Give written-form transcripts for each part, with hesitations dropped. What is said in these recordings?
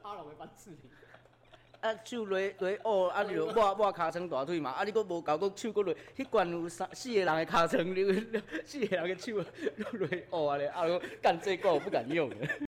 阿龙的班次里。 啊，手落乌，啊，你就抹骹床大腿嘛，啊，你佫无够，佫手佫落，迄罐有4个人的骹床，你4个人的手落乌啊咧，啊，干这个我不敢用了。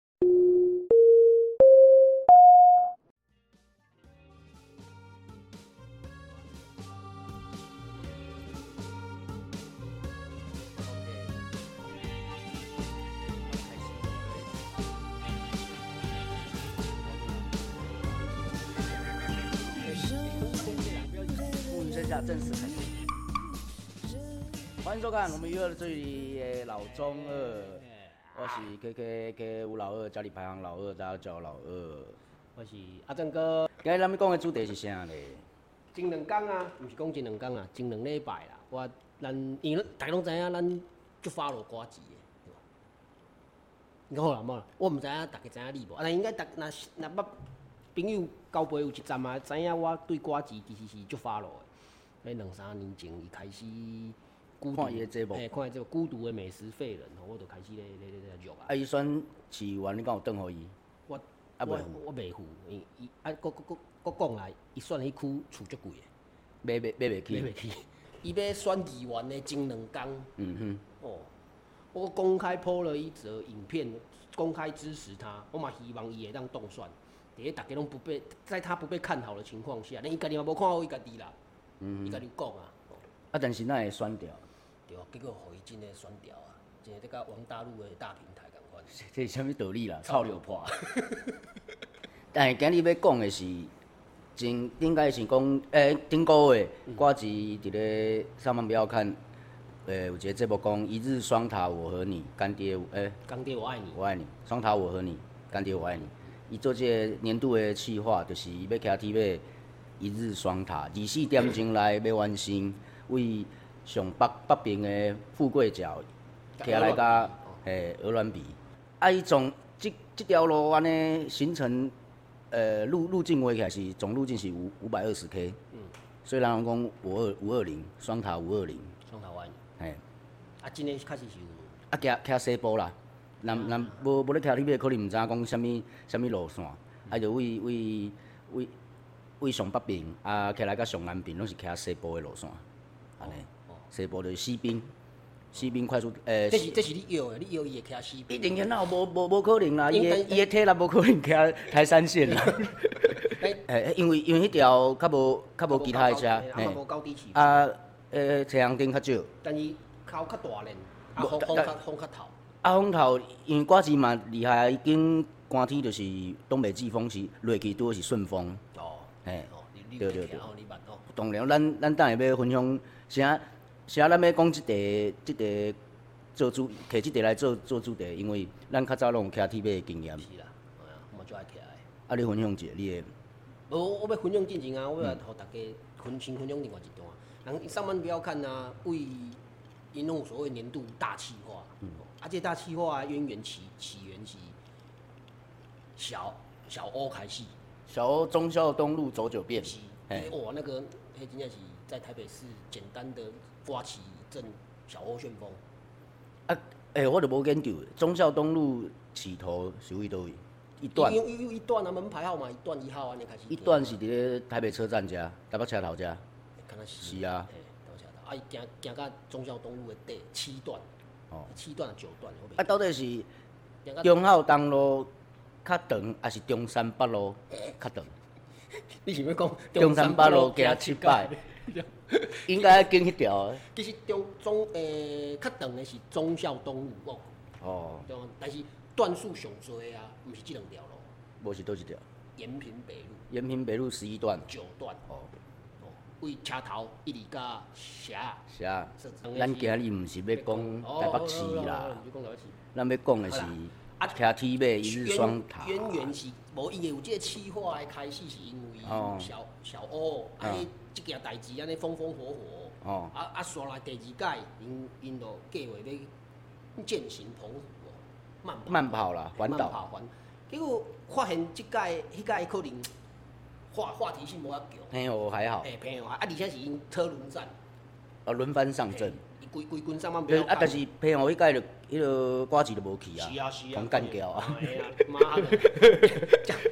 正式开始，欢迎收看我们娱乐最里的老中二，我是 KK 有老二，家里排行老二，大家叫我老二。 我是阿正哥。 今日咱要讲的主题是啥咧？ 前2天啊，毋是讲前2天啊，前2礼拜啦。因为大家拢知影，咱就发落歌词的，对吧？你讲好啦，无啦，我毋知影大家知影你无？但应该若捌朋友交陪有一站啊，知影我对歌词其实是足发落的。迄2-3年前，伊开始看伊的节目， 看伊这个孤独的美食废人，我就开始咧录啊。 啊，伊选市员，你敢有转互伊？ 我袂赴，伊佫讲啦，伊选迄区厝足贵的， 买袂起。 伊要选议员的前2天， 哦， 我公开 po 了一则影片，公开支持他，我嘛希望伊会当当选。伫大家拢在他不被看好的情况下，连伊家己嘛无看好伊家己啦。伊家己讲啊， 啊，但是咱会选掉， 对啊，结果互伊真诶选掉啊，真诶，甲王大陆诶大平台共款。 这是啥物道理啦？臭流破。但是今日要讲诶是，应该是讲，顶个月歌词伫咧上班不要看，有一个节目讲一日双塔我和你，干爹干爹我爱你， 我爱你，双塔我和你，干爹我爱你。伊做这个年度诶企划，就是要徛伫要。一日双塔，24点钟内要完成，为上北边的富贵角徛来甲鹅銮鼻。啊，伊从这条路安尼行程，路径画起来是总路径是520K。所以人讲520，双塔520。 双塔湾。 嘿。 啊，真诶确实是有。 啊，徛西部啦，咱无咧徛里尾，可能毋知影讲啥物路线，啊，就为上北边啊，徛来到上南边，拢是徛西部的路线，安尼。西部就是西滨快速， 这是你摇的，你摇伊会徛西滨。 一定哪有无可能啦，伊的体力无可能徛台山线啦。因为迄条较无其他的车， 无高低起伏。 啊，车行灯较少。 但是口较大咧，风较透。 风头，因为歌词嘛厉害，已经寒天就是东北季风是落去拄好是顺风。嘿，对。当然，咱等下要分享啥咱要讲即个做主，摕即个来做主题，因为咱较早拢有徛铁马的经验。 是啦，我嘛最爱徛的。 啊，你分享一下你的。 我要分享进前啊，我要互大家先分享另外一段。人上班不要看啊，为因拢有所谓年度大企划。啊，这大企划渊源起源是小欧开始。 小欧忠孝东路走9遍。 哇，那个真正是在台北市简单的刮起一阵小欧旋风。 啊，我就无研究，忠孝东路起头是位倒位？一段。 有一段啊，门牌号码1段1号安尼开始。 一段是伫咧台北车站遮，台北车头遮。是啊。 啊，伊行到忠孝东路的底7段。7段9段。 啊，到底是忠孝东路较长，还是中山北路较长？ 你是要讲中山北路行7摆？应该经迄条。 其实较长的是忠孝东路哦。但是段数上多啊，毋是这2条路。 无是倒一条？ 延平北路。 延平北路11段。 9段。为车头一直到霞。 咱今日毋是要讲台北市啦，咱要讲的是徛铁马一日双塔。 渊源是无伊有这个企划的开始，是因为小欧即件代志安尼风风火火。刷来第2届，因就计划要践行澎湖慢跑啦，环岛。 结果发现迄届可能话题性无遐强。 朋友还好。 朋友而且是因车轮战。 轮番上阵。 规群上班不要看。 但是朋友迄届就歌词就无去啊。 是啊。 讲干掉啊。 妈的。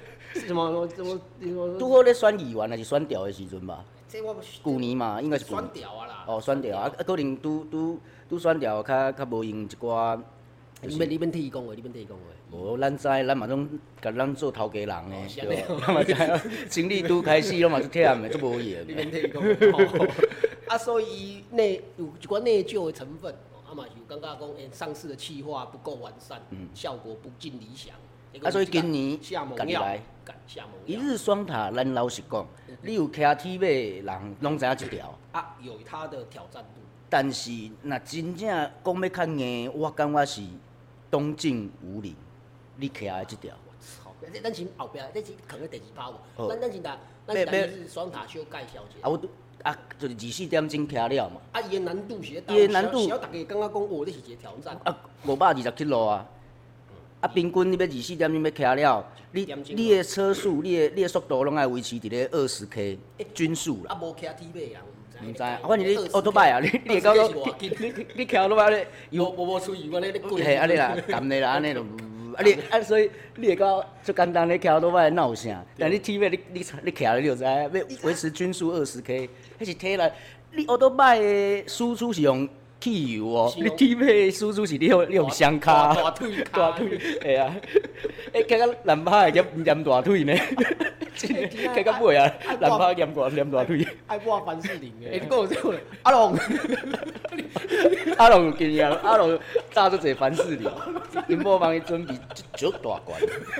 什么？ 拄好咧选议员还是选调的时阵吧？ 这我旧年嘛，应该是旧选年。 调啊啦。 哦，选调啊，可能拄选调较无用一寡。 你免替伊讲话，你免替伊讲话。 无，咱知，咱嘛总甲咱做头家人诶， 是对吧？咱嘛知影，生理拄开始，拢嘛是忝诶，足无用你诶。 免替伊讲话。啊，所以有一寡内疚的成分，啊嘛有感觉讲，上市的企划不够完善，效果不尽理想。 啊，所以今年下猛药，下猛一药。 日双塔，咱老实讲，你有骑铁马的人拢知影一条。 啊，有它的挑战度。 但是，若真正讲要较硬，我感觉是东进五岭，你骑的这条。 我操！咱先后壁，咱先扛个第二趴无？ 好咱先来，咱一日双塔小介绍一下。 啊，就是24点钟骑了嘛。 啊，伊的难度是伊的难度， 小大家感觉讲，哦，这是一个挑战。 啊，520 km 啊。啊，平均你要24点钟要骑了，你的车速、你的速度拢爱维持伫咧20 km 均速啦。 啊，无骑铁马的人唔知，反正你奥拓拜啊，你会感觉你骑奥拓拜咧， 无出油安尼咧滚。 嘿，安尼啦，撳你啦，安尼就，所以你会感觉足简单咧骑奥拓拜闹声，但你铁马你骑了你就知，要维持均速20 km， 迄是体力。你奥拓拜的输出是用汽油哦，你铁马的输出是你用双卡， 大腿， 系啊，骑到南趴会嫌大腿呢。骑到尾啊，南趴嫌大腿。 爱抹凡士林的。你讲有这个？阿龙， 阿龙有经验，阿龙炸足侪凡士林，因某帮伊准备一足大罐。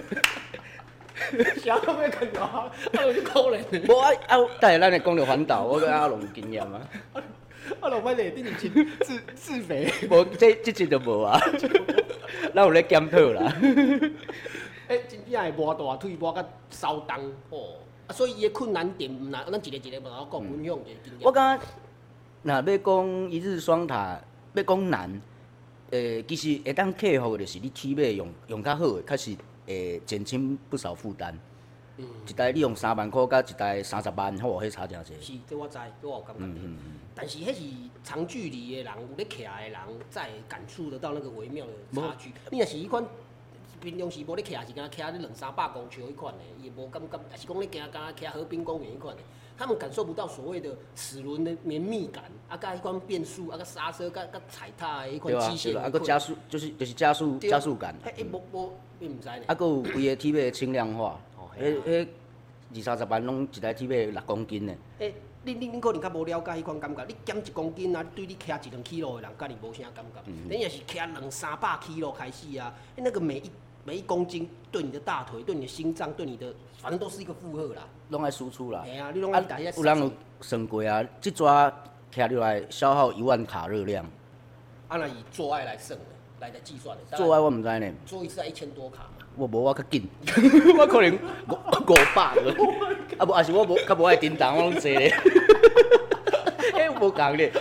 啥都要看到，阿龙就可怜。 无等下咱会讲到环岛，我跟阿龙有经验啊。 阿龙摆内顶是自肥。 无，这集就无啊。咱有咧检讨啦。 真正会磨大腿，磨甲烧重哦。啊，所以伊的困难点，毋咱一个一个慢慢讲，分享一个经验。 我感觉，若要讲一日双塔，要讲难，其实会当克服的就是你铁马用较好的，确实会减轻不少负担。一台你用3万块，甲一台30万，好，迄差诚济。 是，这我知，这我有感觉。但是迄是长距离的人，有咧骑的人，才会感触得到那个微妙的差距。你若是迄款平常时无咧骑，是敢骑咧200-300公尺迄款的，伊无感觉，也是讲咧骑河滨公园迄款的，他们感受不到所谓的齿轮的绵密感，啊，甲迄款变速，啊，甲刹车，甲踩踏的迄款机械。 啊，佮加速就是加速感。 你毋知呢？ 啊，佮有规个铁马轻量化，迄20-30万拢一台铁马6公斤的。 恁可能较无了解迄款感觉，你减1公斤啊，对你骑1-2 kg 的人，家己无啥感觉。你若是骑200-300 kg 开始啊，那个每一公斤对你的大腿、对你的心脏、对你的，反正都是一个负荷啦。 拢爱输出啦。 嘿啊，你拢爱打有人有算过啊，这抓骑落来消耗1万卡热量。 啊，那以做爱来算的，来计算的。 做爱我毋知呢。 做一次要1000多卡嘛。 我无我较紧，我可能500个，啊无，也是我较无爱叮当，我拢坐咧。迄无共咧。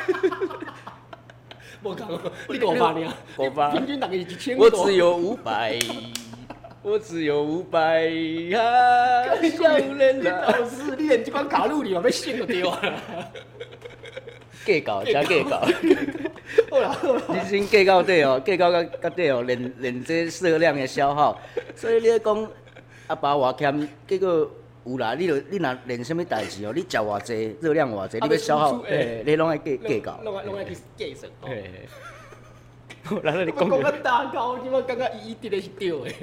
无共，你500尔 ？500。 平均大概是1000 多。我只有500，我只有500啊！少年啦， 老师，你连这款卡路里嘛要省就对啊。 计较，真计较。 好啦， 你先计到底哦，计到到底哦，连这热量的消耗，所以你咧讲阿爸偌欠，结果有啦，你若练什么代志哦，你食偌济，热量偌济，你要消耗，你拢爱计较。 拢爱去计算。 好，咱你讲。 讲较大高，即摆感觉伊直个是对的。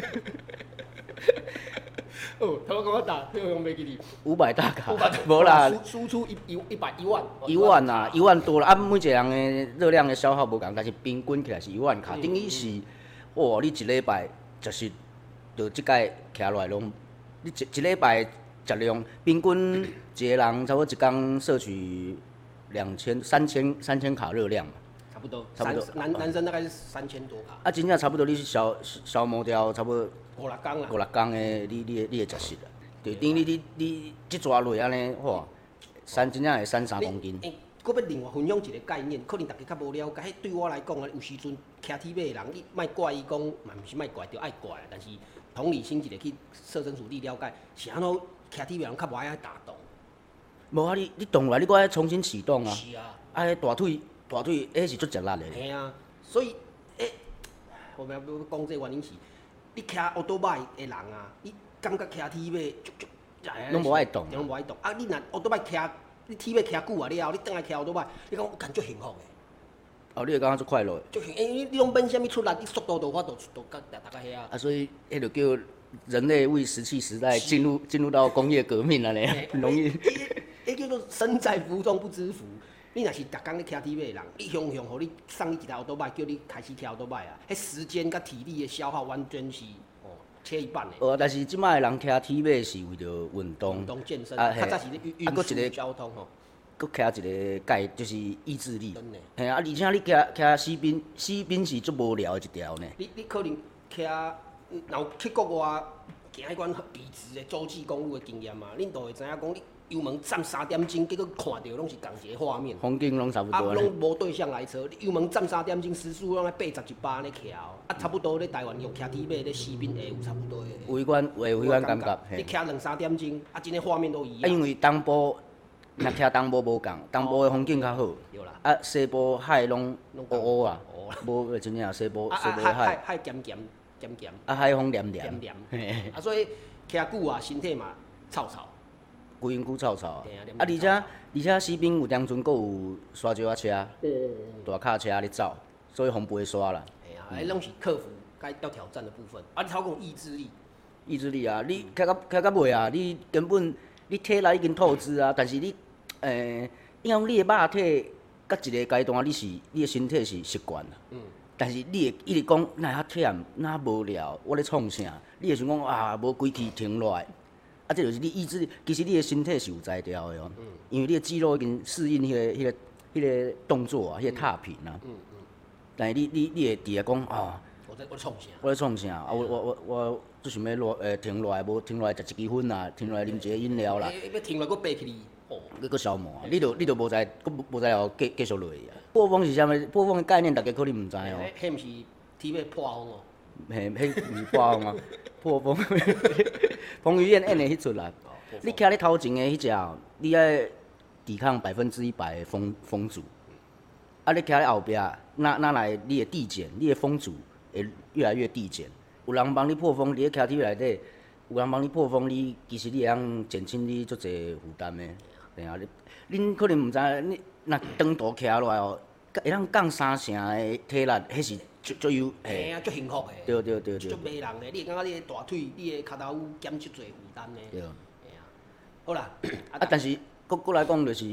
哦，头讲较大，我讲袂记哩。 500大卡，无啦。 输出1万。 1万啦，1万多啦。啊，每一个人的热量的消耗无共，但是平均起来是1万卡，等于是，哇，你一礼拜就是就即届骑落来拢，你一礼拜食量平均一个人差不多一工摄取3000卡热量嘛。 差不多。男生大概是3000多卡。 啊，真正差不多你是消磨掉差不多 5-6工啦。 5-6工的你的食食啦，就等于你即抓落安尼，哇，真正会瘦3公斤。 搁要另外分享一个概念，可能大家较无了解。迄对我来讲啊，有时阵骑铁马的人，你莫怪伊讲，嘛毋是莫怪，着爱怪。但是同理心一个去设身处地了解，是安怎骑铁马人较无爱打动。 无啊，你动落来，你搁爱重新启动啊。 是啊。 啊，迄大腿，迄是足食力的。 嘿啊，所以我们要讲这个原因是，你骑奥多麦的人啊， 感觉骑铁马拢无爱动， 拢无爱动。啊，你若乌多摆骑，你铁马骑久啊了后，你转来骑乌多摆，你讲感足幸福诶。 哦，你会感觉足快乐。 足幸，因为你拢免啥物出力，你速度就法度都大概遐。 啊，所以迄就叫人类为石器时代进入到工业革命了呢，很容易。 迄叫做身在福中不知福。你若是逐工咧骑铁马的人，你向互你送你一台乌多摆，叫你开始骑乌多摆啊，迄时间甲体力的消耗完全是切一半的。 但是即摆的人骑铁马是为着运动、 健身， 较早是运输交通吼。 佮骑一个就是意志力。 真的。 嘿啊，而且你骑西滨是足无聊的一条呢。 你可能骑，若有去国外行迄款笔直的洲际公路的经验嘛，恁都会知影讲你。油门站3点钟，结果看到拢是同一个画面， 风景拢差不多。 啊，拢无对向来车，你油门站3点钟，时速拢在81%咧骑哦，啊，差不多咧台湾用骑铁马咧西滨下有差不多的。 有迄款感觉。 你骑2-3点钟，啊，真个画面都一样。 因为东部，若骑东部无共，东部的风景较好。 对啦。 啊，西部海拢乌乌啊，无真正西部海。 海咸。 啊，海风凉。 啊，所以骑久啊，身体嘛臭。 规身躯臭臭啊！而且西滨有当阵阁有沙石仔车、大卡车咧走，所以风不会刷啦。 哎呀，拢是克服该要挑战的部分。啊，你超过意志力。 意志力啊！你开到尾啊，你根本你体力已经透支啊，但是你因为你的肉体到一个阶段，你的身体是习惯啦。但是你会一直讲，哪遐忝，哪无聊，我咧创啥？你会想讲啊，无规气停落来。啊，这就是你意志力，其实你的身体是有才调的哦，因为你的肌肉已经适应迄个动作啊，迄个踏平啊。但是你会伫下讲哦， 我在创啥？ 我在创啥？啊，我最想要停落来，无停落来食一支粉啦，停落来啉一个饮料啦。 要停落来，佫爬起哩， 佫消磨啊！你就无再后继续落去啊。破风是啥物？破风的概念，大家可能毋知哦。 迄毋是铁马破风哦。 嘿，迄毋是破风啊，破风。彭于晏演的迄出啦，你徛咧头前的迄只，你爱抵抗100%的风阻。啊，你徛咧后壁，那来你的递减，你的风阻会越来越递减。有人帮你破风，你咧徛铁内底，有人帮你破风，其实你会当减轻你足侪负担的。对啊，恁可能毋知，你若长途徛落来哦，会当降3成的体力，迄是。足有嘿啊，足幸福的。 对。 足迷人的，你会感觉你的大腿、你的骹头减足侪负担的。 对。 嘿啊，好啦。 但是佫来讲，就是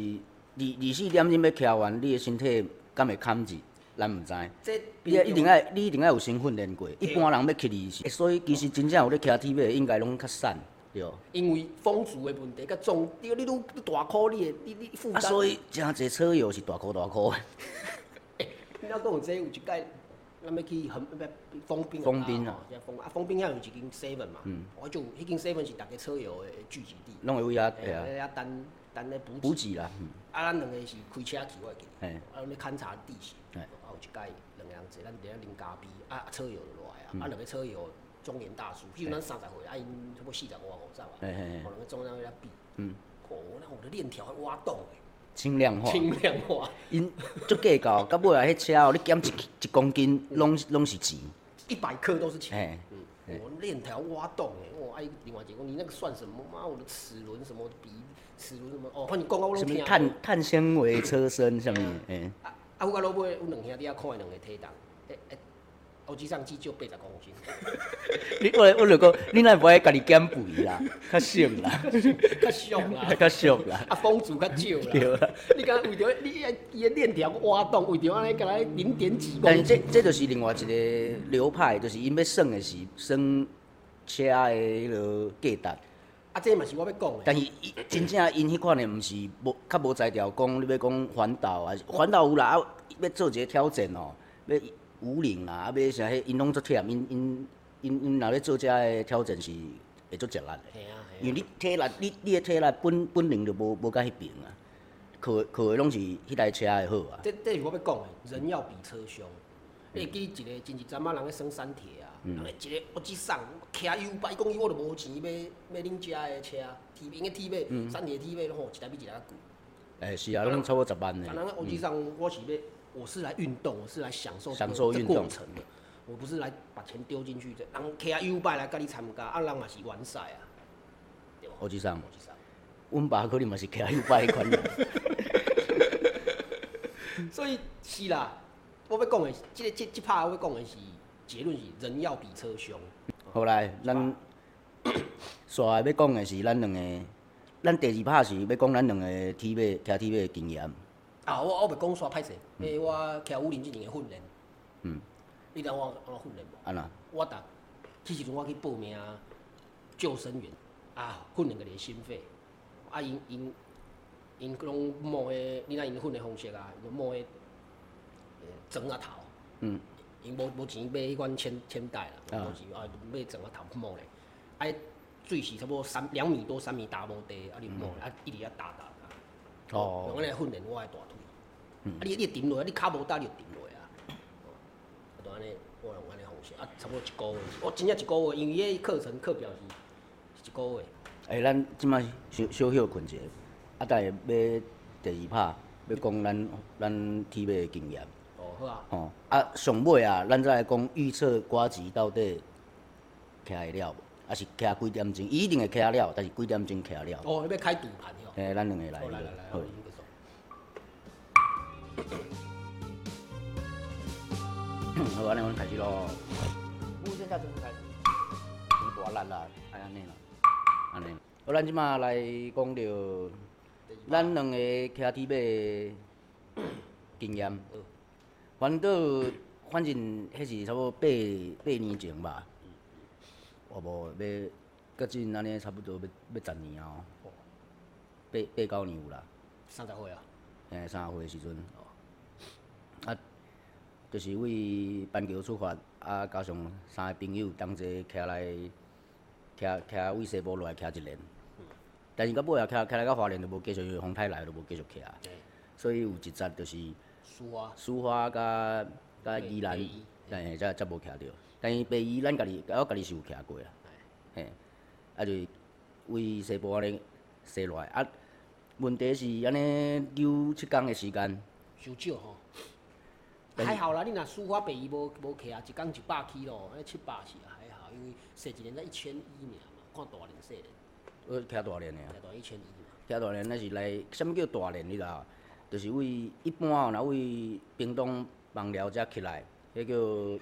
24点钟要徛完，你的身体敢会堪住，咱毋知。你一定要有先训练过，一般人要去20，所以其实真正有咧徛铁马，应该拢较瘦，对。 因为风阻的问题较重，你大箍你负担。 所以真侪车友是大箍的。 你要讲有这有一届。咱要去丰滨啊，丰滨遐有一间 Seven 嘛，我就迄间 Seven 是逐个车友的聚集地， 拢会位遐， 遐等咧补给啦。 啊，咱两个是开车去我会记，啊，咱咧勘察地形，啊，有一届两个人坐，咱伫遐啉咖啡，啊，车友就落来啊，啊，两个车友中年大叔，譬如咱30岁，啊，因差不多40外50啊，两个中间遐比，那我的链条挖洞诶。 轻量化， 因足计较，到尾啊，迄车哦，你减一公斤，拢是钱 ，100克都是钱。我链条挖洞哎，另外一个你那个算什么？妈，我的齿轮什么比齿轮什么？哦，反正讲到我拢听。 什么碳纤维车身什么？ 我甲老尾，阮两兄弟啊，看伊两个体重，欧机上机就80公斤。 我就讲，你哪不爱家己减肥啦，较省啦，较俗啦， 啊，风阻较少啦。对啦。你敢为着伊的链条挖洞，为着安尼，甲来0.几公斤。 但是这就是另外一个流派，就是因要算的是算车的迄个价值。 啊，这嘛是我要讲的。 但是真正因迄款的，毋是较无才调讲，你要讲环岛啊，环岛有啦，要做一个挑战哦，要。50啦，啊，要啥迄因拢足忝，因若咧做遮个挑战是会足食力的。因为你体力，你的体力本能就无甲迄边啊，靠的拢是迄台车的好啊。 这是我要讲的，人要比车凶。你会记一个前一阵仔人咧升山铁啊，人咧一个我只送骑油百公里，我都无钱要恁遮的车，因个铁马，山铁铁马吼，一台比一台贵。 是啊，拢超过10万的。 人我只送我是来运动，我是来享受运动过程的。 我不是来把钱丢进去，人骑 U 拜来跟你参加，啊，人嘛是完赛啊，对吧？ 欧吉桑， 我知道。 阮爸可能嘛是骑有拜迄款人。 所以是啦，我要讲的，这趴我要讲的是结论是人要比车凶。 后来咱煞要讲的是咱两个，咱第二趴是要讲咱两个骑马的经验。 啊，我袂讲煞歹势，因为我骑武林这年的训练。你知我训练无？ 安那？ 我迄时阵我去报名救生员，啊，训练个连心肺，啊，因拢摸迄，你若因训练方式啊，就摸迄装啊头。因无钱买迄款铅带啦，无钱啊，买装啊头摸咧，啊，水是差不多2米多3米大无地，啊，你摸咧，啊，一直啊打。用安尼训练我的大腿。啊，你沉落，你骹无搭你就沉落啊。就安尼，我用安尼方式，啊，差不多1个月，我真正1个月，因为迄课表是1个月。 咱即摆小休困者，啊，等下要第二趴，要讲咱骑马的经验。 好啊。 哦，啊，上尾啊，咱再来讲预测歌词到底骑会了无？啊是骑几点钟？伊一定会骑了，但是几点钟骑了？ 你要开赌盘哟。 咱两个来。 来， 好。好，安尼阮开始咯。 现在准备开始。 有大力啦，爱安尼啦，安尼。好，咱即马来讲着咱两个骑铁马的经验。反正迄是差不多8年前吧。无要到阵安尼差不多要10年啊，8、9年有啦。 30岁啊。 30岁的时阵。啊，就是为板桥出发，啊，加上3个朋友同齐骑来，骑为西部落来骑一年。但是到尾啊，骑来到花莲就无继续，风太来就无继续骑。所以有一节就是苏花甲宜兰，才无骑着。但是北宜我家己是有骑过啦。嘿，啊就是为西部安尼西落来，啊问题是安尼溜7天的时间。 伤少吼。还好啦，你若苏花北宜无骑啊，一天100 km， 安尼700是啊还好，因为说一年才1100尔嘛，看大连说的。 我骑大连的啊。 骑大连1100嘛。 骑大连那是来，啥物叫大连？你知道？就是为一般哦，若为屏东枋寮遮起来，迄叫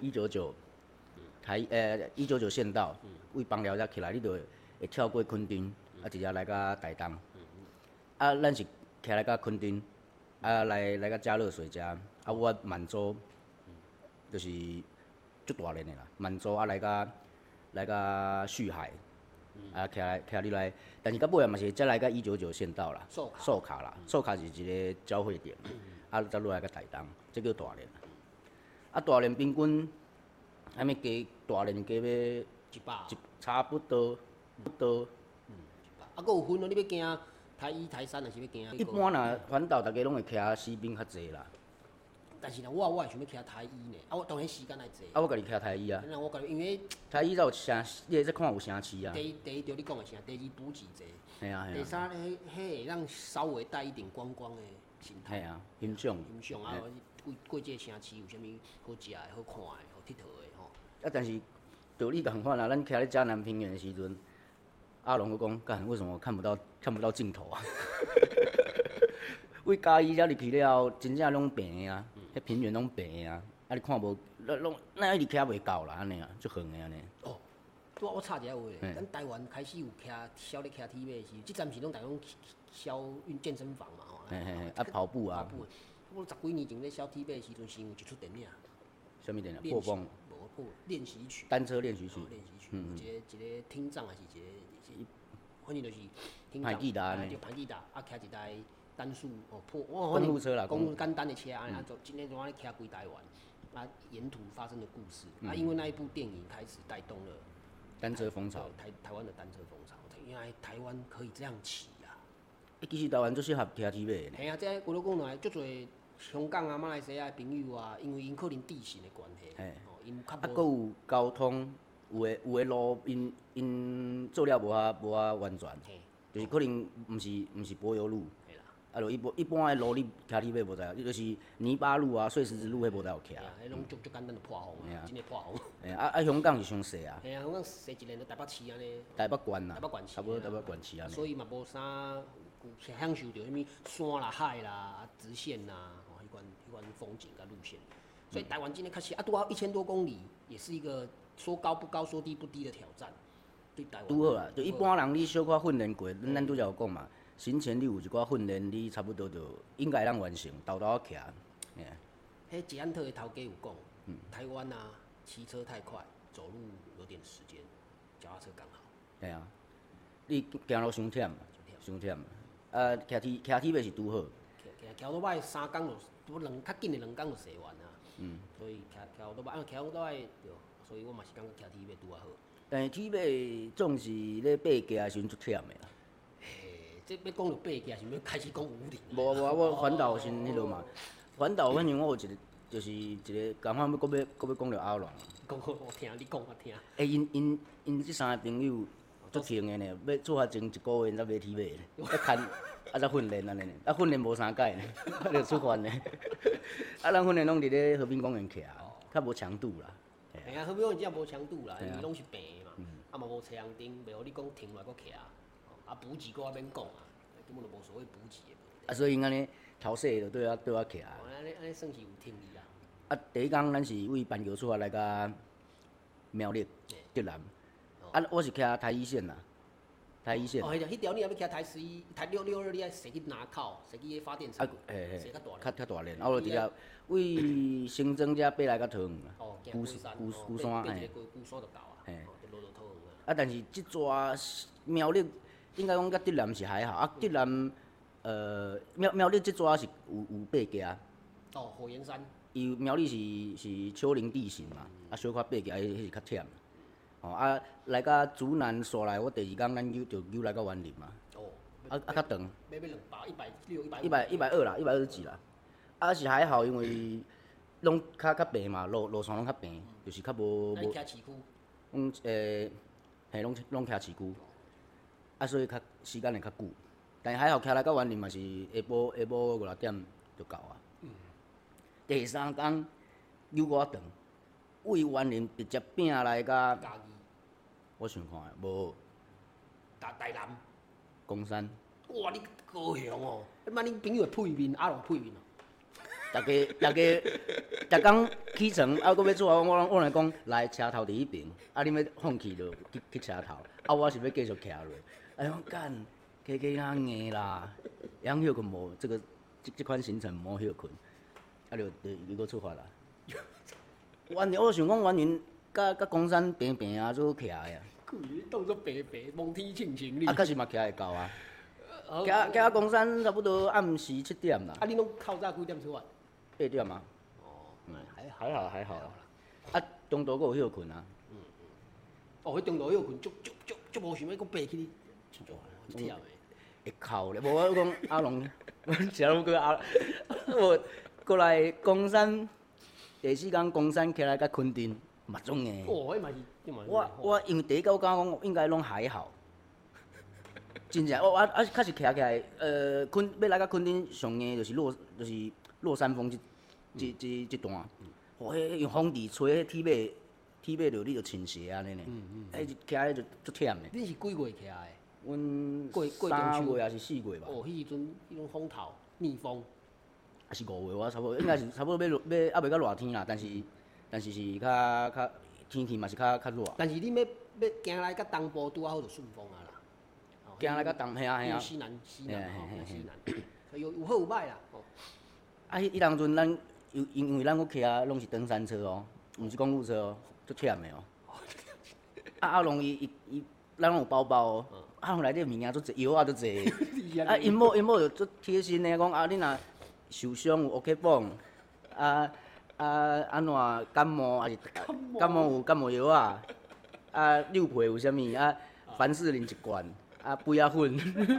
199199县道，为枋寮遮起来，你就会跳过垦丁，啊直接来到台东。啊，咱是骑来到垦丁，啊来到嘉乐水遮，啊我满洲，就是足大连的啦，满洲啊来到旭海。啊，骑入来，但是到尾嘛是才来到199县道啦，寿卡啦，寿卡是一个交汇点，啊，再落来到台东，这叫大连。啊，大连平均，还没加大连加要 100， 差不多。 啊，佫有分哦，你要行台1、台3，还是要行？ 一般若环岛，大家拢会骑西滨较济啦。 但是我会想要骑台1呢，啊，我当然时间来济。 啊，我家己骑台1啊。 我家己因为台1才有城，你会再看有城市啊。 第一着你讲的城，第2补给济。 嘿啊。 第3迄会让稍微带一点观光的心态。 嘿啊，欣赏啊，过这城市有啥物好食的、好看的、好佚佗的吼。 啊，但是道理共款啦，咱骑咧嘉南平原的时阵，阿龙佫讲，干为什么看不到尽头啊？为嘉义遮入去了，真正拢平的啊，迄平原拢平的啊，啊你看无，咱一直骑袂到啦，安尼啊，足远的安尼。 哦，我插一下话咧，咱台湾开始有晓咧骑铁马时，即阵是拢大家拢晓健身房嘛吼。 啊跑步啊。 我10几年前咧晓铁马时阵，是有一出电影。 啥物电影？破风。 无练习曲。 单车练习曲。 练习曲。一个听障还是一个，反正就是听障。排吉他呢？ 就排吉他，啊骑一台单速公路车啦。 简单的车，安尼做，今天就安尼骑规台湾，啊沿途发生的故事，啊因为那一部电影开始带动了单车风潮， 台湾的单车风潮，原来台湾可以这样骑啊！ 其实台湾最适合骑铁马的。 嘿啊，这我都讲来，足侪香港啊、马来西亚的朋友啊，因为因可能地形的关系，因较无。佫有交通，有的路因做了无啊完全，就是可能毋是柏油路， 就一般的路你骑铁马无在，就是泥巴路啊、碎石子路迄无在有骑。 迄拢足简单就破风啊，真诶破风。 香港是伤细啊。 嘿啊，香港细一年就台北市安尼。 台北县啊， 台北县市。 差不多台北县市安尼。 所以嘛无啥享受着啥物山啦、海啦、直线啦，吼，迄款风景甲路线。所以台湾今天确实拄好1000多公里，也是一个说高不高、说低不低的挑战。对台湾。 拄好啊，就一般人你小可训练过，咱拄则有讲嘛。行前你有一寡训练，你差不多就应该当完成，豆豆骑。 迄捷安特的头家有讲，台湾啊，骑车太快，走路有点时间，脚踏车刚好。 嘿啊，你行路伤忝，伤忝。骑铁马是拄好。 骑倒摆3工就较紧的2工就骑完啊。所以骑倒摆，骑倒摆对，所以我嘛是感觉骑铁马拄啊好。 但是铁马总是咧爬行的时阵足忝的啦。 这要讲到爬行，是要开始讲武岭。 我环岛先迄落嘛，环岛反正我有一个，就是一个讲法要讲着阿龙。 讲我听，你讲我听。 因即3个朋友足轻的呢，要做较前1个月才买铁马咧，才牵才训练安尼呢，训练无3届呢，就出发呢。咱训练拢伫咧和平公园骑，较无强度啦。 嘿啊，和平公园真正无强度啦，因为拢是平的嘛，嘛无车红灯，袂互你讲停落来搁骑。补给搁免讲啊，根本就无所谓补给的。 所以因安尼头洗就对我骑。 安尼算是有听力啊。第一工咱是为板桥出发来甲苗栗、竹南。我是骑台一线啦，台一线。 迄条你也要骑台11、台662，你爱驶去南口，驶去发电厂，驶较大连。我就直接为新庄遮爬来甲桃园啦。 鼓山， 鼓山嘿。鼓山就到啊，就落桃园啊。但是即抓苗栗。应该讲甲竹南是还好，竹南苗栗即抓是有爬行。 火焰山。 伊苗栗是丘陵地形嘛，小可爬行迄是较忝。来甲竹南刷来，我第2工咱游来到园林嘛。较长。 要200、160、 120啦，120几啦。是还好，因为拢较平嘛，路线拢较平，就是较无。 你骑市区？ 嘿，拢骑市区。所以时间会较久，但是还好，骑来到园林嘛是下晡5-6点就到啊。第3工游偌长，为园林直接拼来甲。 嘉义。我想看无。 台南。 公山。 哇，你高雄哦！妈，恁朋友的配面，阿龙配面哦。 逐工起床，搁要做我来讲来车头第1边，恁要放弃就去车头，我是要继续骑落。我干，骑那硬啦，养休困无？这款行程无休困，就又出发啦。园林，我想讲园林甲公山平平啊，做骑的啊。 你当作白白，蒙天庆情哩。 确实嘛骑会到啊。骑公山差不多暗时7点啦。 你拢靠早几点出发 ？8点啊。还好啦。中途佫有休困啊。 迄中途休困，足无想要佫爬起哩。忝诶， 会哭咧，无我讲阿龙，是阿龙个阿，我过来公山，第4工公山起来甲垦丁，嘛总诶。 迄嘛是， 我因为第1工讲应该拢还好，真正确实骑起来，要来甲垦丁上硬就是落山风这段，迄用风地吹，迄铁马就你就倾斜安尼呢，骑起就足忝诶。 你是几月骑诶？ 阮3月还是4月吧。 迄时阵迄种风头逆风。 还是5月，我差不多应该是差不多要未到热天啦，但是是较天气嘛是较热。 但是你要行来甲东部拄啊好就顺风啊啦。 行来甲东嘿啊。 西南，有好有歹啦。 迄当阵咱因为咱去骑拢是登山车哦，毋是公路车哦，足忝的哦。阿龙伊咱有包包哦，阿龙内底物件足济，药啊足济。因某就足贴心的讲你若受伤有 OK 绷，安怎感冒还是感冒有感冒药溜皮有啥物凡士林1罐杯仔粉，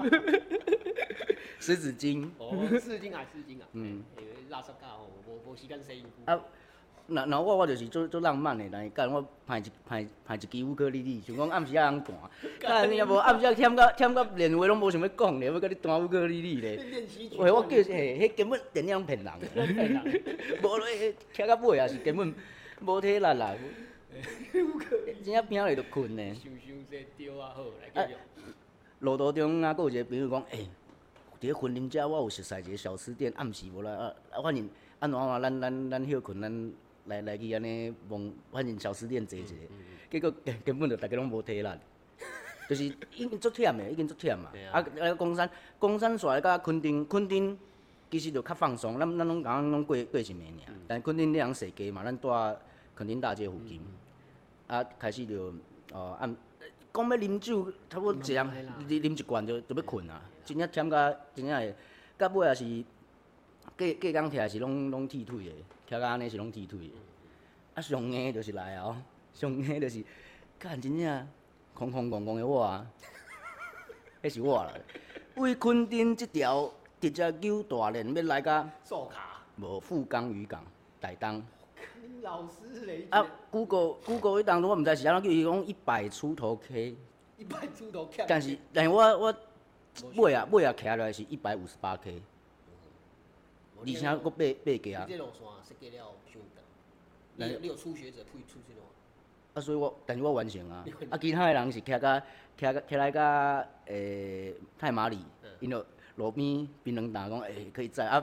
湿纸巾。 湿巾啊。垃圾袋无时间洗衣服。 那我就是做浪漫的，但是干我派一支乌克丽丽，想讲暗时啊通弹，干你也无暗时忝到连话拢无想要讲咧，要甲你弹乌克丽丽咧。喂，我叫迄根本电影骗人的，无咧徛到尾也是根本无体力啦。真正拼落就困呢。 想这丢啊好，来继续。 路途中啊，佫有一个朋友讲，伫咧婚姻遮我有熟悉一个小吃店，暗时无啦反正安怎啊，咱休困，咱来去安尼望，反正小吃店坐一下，结果根本就大家拢无体力，就是已经足忝的，已经足忝嘛。公山线甲垦丁其实就较放松，咱拢讲拢过一暝尔，但垦丁你通踅街嘛，咱住垦丁大街附近，开始就按。讲要啉酒，差不多一啉一罐就要困啊，真正忝甲真正会，到尾也是隔工徛是拢剃腿的，徛到安尼是拢剃腿的。啊，上硬就是来啊，上硬就是，干真正空空空空的我啊，迄是我啦。为垦丁这条直接九大连要来甲寿卡， 无富冈渔港台东。 老师嘞！ Google 迄当中我毋知是安怎叫伊讲100出头 K， 100出头 K。 但是我尾啊徛落来是158 K， 而且佫爬价。 你这路线设计了伤长，你有初学者配出这种。 所以但是我完成啊。其他的人是徛来甲太马里，因着路边槟榔摊讲可以载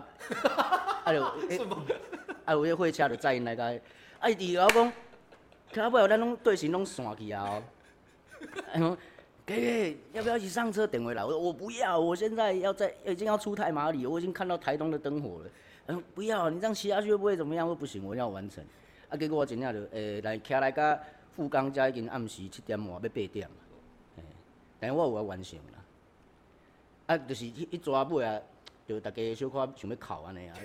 有迄货车就载因来甲，伊伫后讲，徛到尾后咱拢对心拢散去啊。讲，哥哥要不要一起上车？等回来，我不要，我现在已经要出太马里，我已经看到台东的灯火了。不要，你这样骑下去会不会怎么样？我不行，我要完成。结果我真正就来徛来甲富冈遮已经暗时7点外，要8点。但是我有完成啦。就是迄抓尾啊。就大家小可想要哭安尼啊！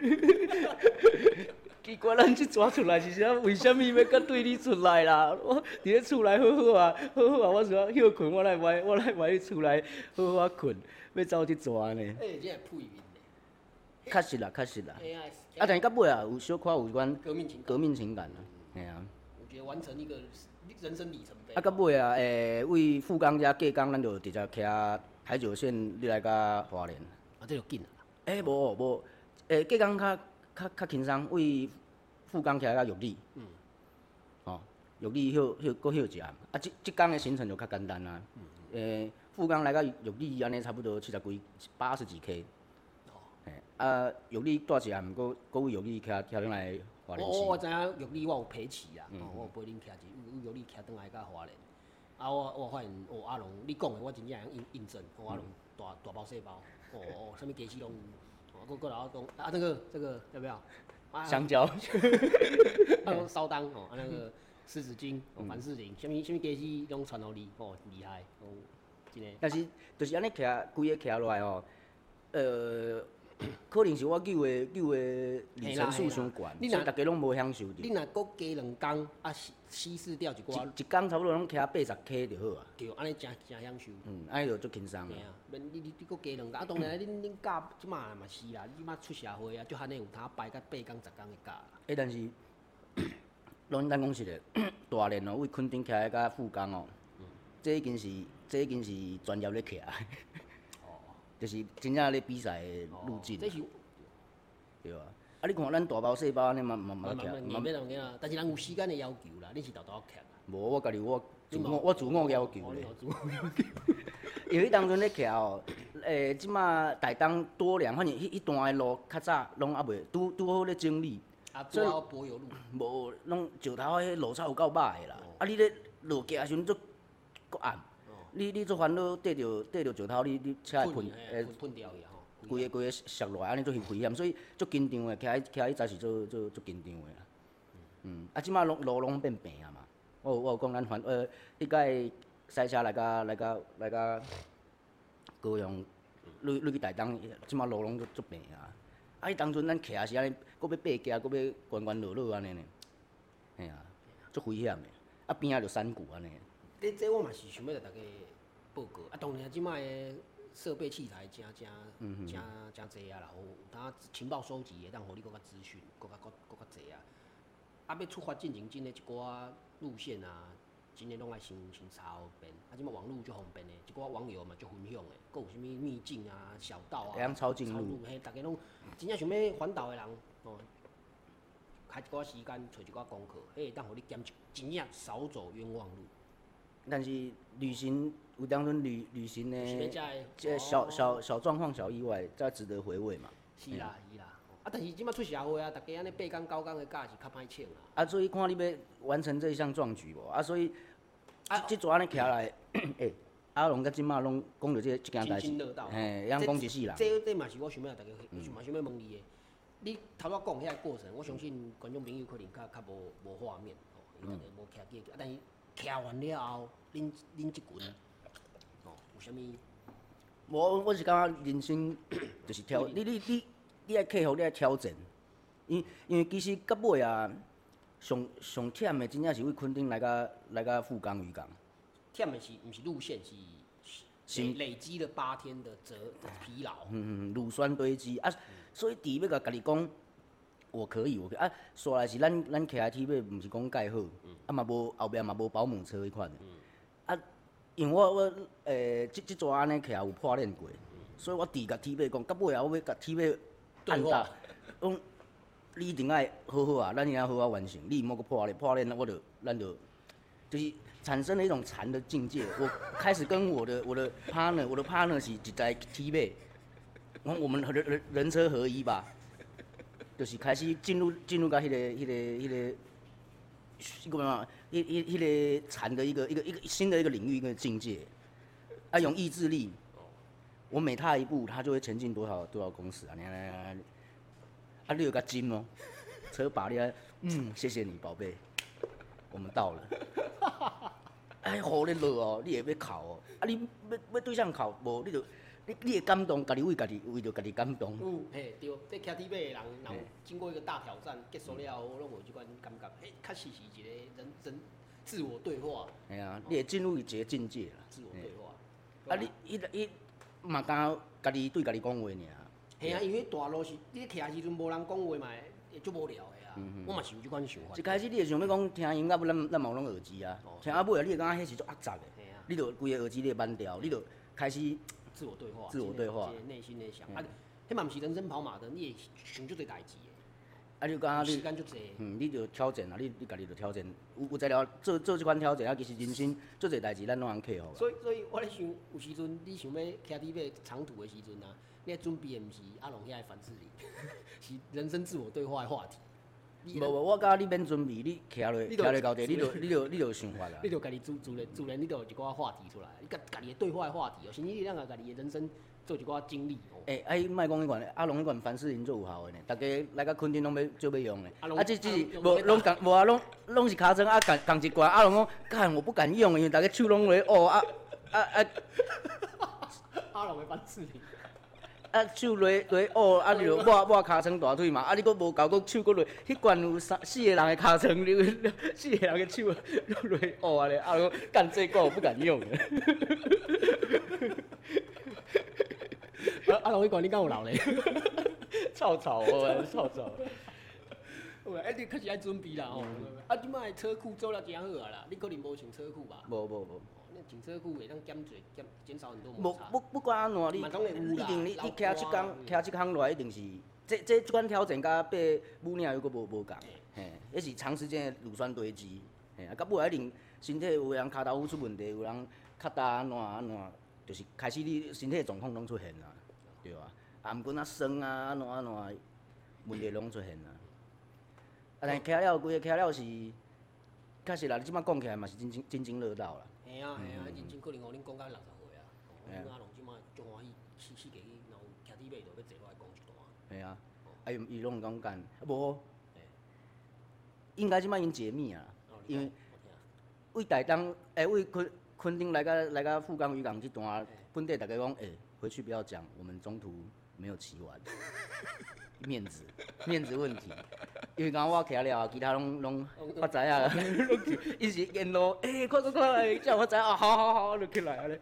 奇怪，咱即抓出来是啥？为虾米要甲对你出来啦？我伫咧厝内好好啊，我想休困，我来歪去厝内好好啊困，要走去抓呢。 这是配面的。 确实啦。但是到尾啊，有小可有关革命情感啊，嘿啊。 我觉得完成一个人生里程碑。 到尾啊，为富冈遮过工，咱就直接徛台九线，你来甲花莲。 这就紧啦。 无，过工较轻松，为富冈徛到玉里，玉里搁休一下。即工的行程就较简单啦。富冈来到玉里安尼差不多80几 K。玉里住一下，毋过为玉里徛转来花莲市。 我知影玉里我有陪骑啦，我有陪恁徛有玉里徛转来到花莲。我发现阿龙，你讲的我真正会印证，阿龙大包小包。什么鸡翅拢有，过来我讲这个要不要？ 香蕉， 烧当那个狮子精凡士林，什么鸡翅拢传互你厉害真诶。 但是就是安尼徛，规个徛落来可能是我救的里程数伤悬，所以大家拢无享受着。 你若搁加2工稀释掉一寡， 一工差不多拢徛80 K 就好啊。 对，安尼真享受。 安尼就足轻松啊。 你搁加2工，当然恁假即马嘛是啦，即马出社会啊，足罕尼有通排到8工10工的假啦。 但是，咱讲实个，大连为垦丁徛到富冈这已经是专业咧徛。就是真正咧比赛的路径。 这是对啊。你看咱大包小包安尼嘛徛，但是人有时间的要求啦，你是豆徛徛。 无，我家己我自我要求咧。因为当阵咧徛即马台东多良，反正迄段的路较早拢还袂拄好咧整理。 所以柏油路。 无，拢石头迄路草有够歹的啦。你咧落架的时阵足够暗。你做烦恼缀着石头，你车会喷掉去吼。 规个摔落来，安尼足危险，所以足紧张的，徛迄早是足紧张的啦。即马路拢变平啊嘛。我有讲咱迄摆赛车来甲高雄，你去台东，即马路拢足平啊。迄当阵咱徛是安尼，搁要爬架，搁要弯落落安尼呢。嘿啊，足危险的。边仔就山谷安尼。 这我嘛是想要甲大家报告。当然即摆的设备器材真济啊，然后有当情报收集的，当互你搁较资讯，搁较济啊。 啊，要出发进前，真诶一寡路线啊，真诶拢爱先查后遍。啊，即马网络足方便诶，一寡网友嘛足分享诶，佫有啥物秘境啊、小道啊， 会晓抄近路， 嘿，逐个拢真正想要环岛诶人哦，开一寡时间找一寡功课，迄会当互你减真正少走冤枉路。 但是旅行有当阵旅行呢，这哦小状况、小意外，才值得回味嘛。 是啦是啦，啊，但是即马出社会啊，逐家安尼8天9天的假是较歹请啦。 啊，所以看你要完成这一项壮举无？啊，所以即撮安尼徛来，诶，阿龙甲即马拢讲着这件代志，嘿，通讲一世人。 这嘛是我想要大家嘛想要问你的。你头拄讲遐个过程，我相信观众朋友可能较无画面，吼，因为无徛记，但是徛完了后，恁一群，哦，有啥物？ 我是感觉人生就是你爱克服，你爱挑战，因为其实到尾啊，上忝的真正是为垦丁来甲富冈渔港。 忝的是毋是路线是累积了8天的疲劳。 乳酸堆积啊，所以伫要甲家己讲，我可以啊。煞来是咱KIT 尾毋是讲介好，啊嘛无后壁嘛无保姆车迄款的。啊，因为我即撮安尼徛有破练过，所以我伫甲 T 尾讲，到尾啊我要甲 T 尾按大，讲你一定爱好好啊，咱一定要好好完成。你莫个破练，咱就是产生了一种禅的境界。我开始跟我的 partner 是一台 T 尾，我们人车合一吧，就是开始进入到迄个禅的一个新的一个领域一个境界，啊，用意志力，我每踏一步，它就会前进多少公尺啊！啊，你有个金哦，车把你谢谢你宝贝，我们到了。哎，雨咧落哦，你会要哭哦，啊，你要对象哭无？你会感动，家己为着家己感动。 嘿，对，这骑 T 尾的人，然后经过一个大挑战结束了后，拢有即款感觉，嘿，确实是一个人自我对话。 系啊，你会进入一个境界啦。 自我对话。 啊，你嘛敢家己对家己讲话尔。 嘿啊，因为大路是你骑时阵无人讲话嘛，会足无聊的啊。我嘛是有即款想法。 一开始你会想要讲听音乐，咱嘛有拢耳机啊。听啊尾啊，你会感觉迄是足压杂的。你着规个耳机你会慢调，你着开始。自我对话， 内心的想，啊，迄嘛毋是人生跑马灯，你会想足侪代志的。 啊，你讲时间足侪。 你着挑战啊，你家己着挑战，有才了做即款挑战啊，其实人生足侪代志咱拢通克服。 所以我咧想，有时阵你想要骑伫尾长途的时阵啊，你咧准备的毋是阿龙遐个凡士林，是人生自我对话的话题。 无，我感觉你免准备，你徛落到地，你着想法啦。 你着家己自然，你着有一寡话题出来，你家己的对话的话题哦，甚至你两个家己的人生做一寡经历哦。 莫讲迄款，阿龙迄款凡士林做有效的呢，大家来甲垦丁拢要用的。这无拢是尻川啊，共一罐。阿龙讲，干我不敢用，因为大家手拢在哦阿龙的凡士林。 啊，手落哦，啊，你著抹尻川大腿嘛，啊，你佫无够，佫手佫落，迄罐有4个人的尻川，你4个人的手落哦啊咧，啊，讲干这个我不敢用。 阿龙，迄罐你敢有留咧？ 臭臭哦，臭臭。 你确实爱准备啦吼。啊，即摆车库做了真好啊啦，你可能无穿车库吧？ 无。 那穿车库会当减少很多摩擦。 不管安怎，你一定你骑即工落来，一定是这款挑战，甲爬武岭又佫无共，嘿，迄是长时间的乳酸堆积，嘿，啊，到尾一定身体有人骹头出问题，有人脚踏安怎，就是开始你身体的状况拢出现啦，对吧？颔棍啊酸啊安怎，问题拢出现啦。啊，但骑了规个骑了是，确实啦，你即摆讲起来嘛是津津乐道啦。 嘿啊，认真可能恁讲到60岁啊，阮阿龙即摆足欢喜，四个然后骑底尾就要坐落来讲一段。 嘿啊，伊拢讲干，无，应该即摆已经解密啊，因为为台东为垦丁来个富冈渔港这段，本地大家讲回去不要讲，我们中途没有骑完，面子问题。因为刚我徛了，其他拢我知啊，伊是沿路快，叫我知啊，好，就起来啊咧。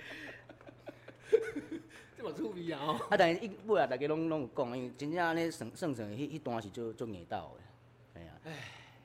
这么趣味啊！哦。 但是尾啊，大家拢有讲，因为真正安尼算迄段是做硬斗的，系啊。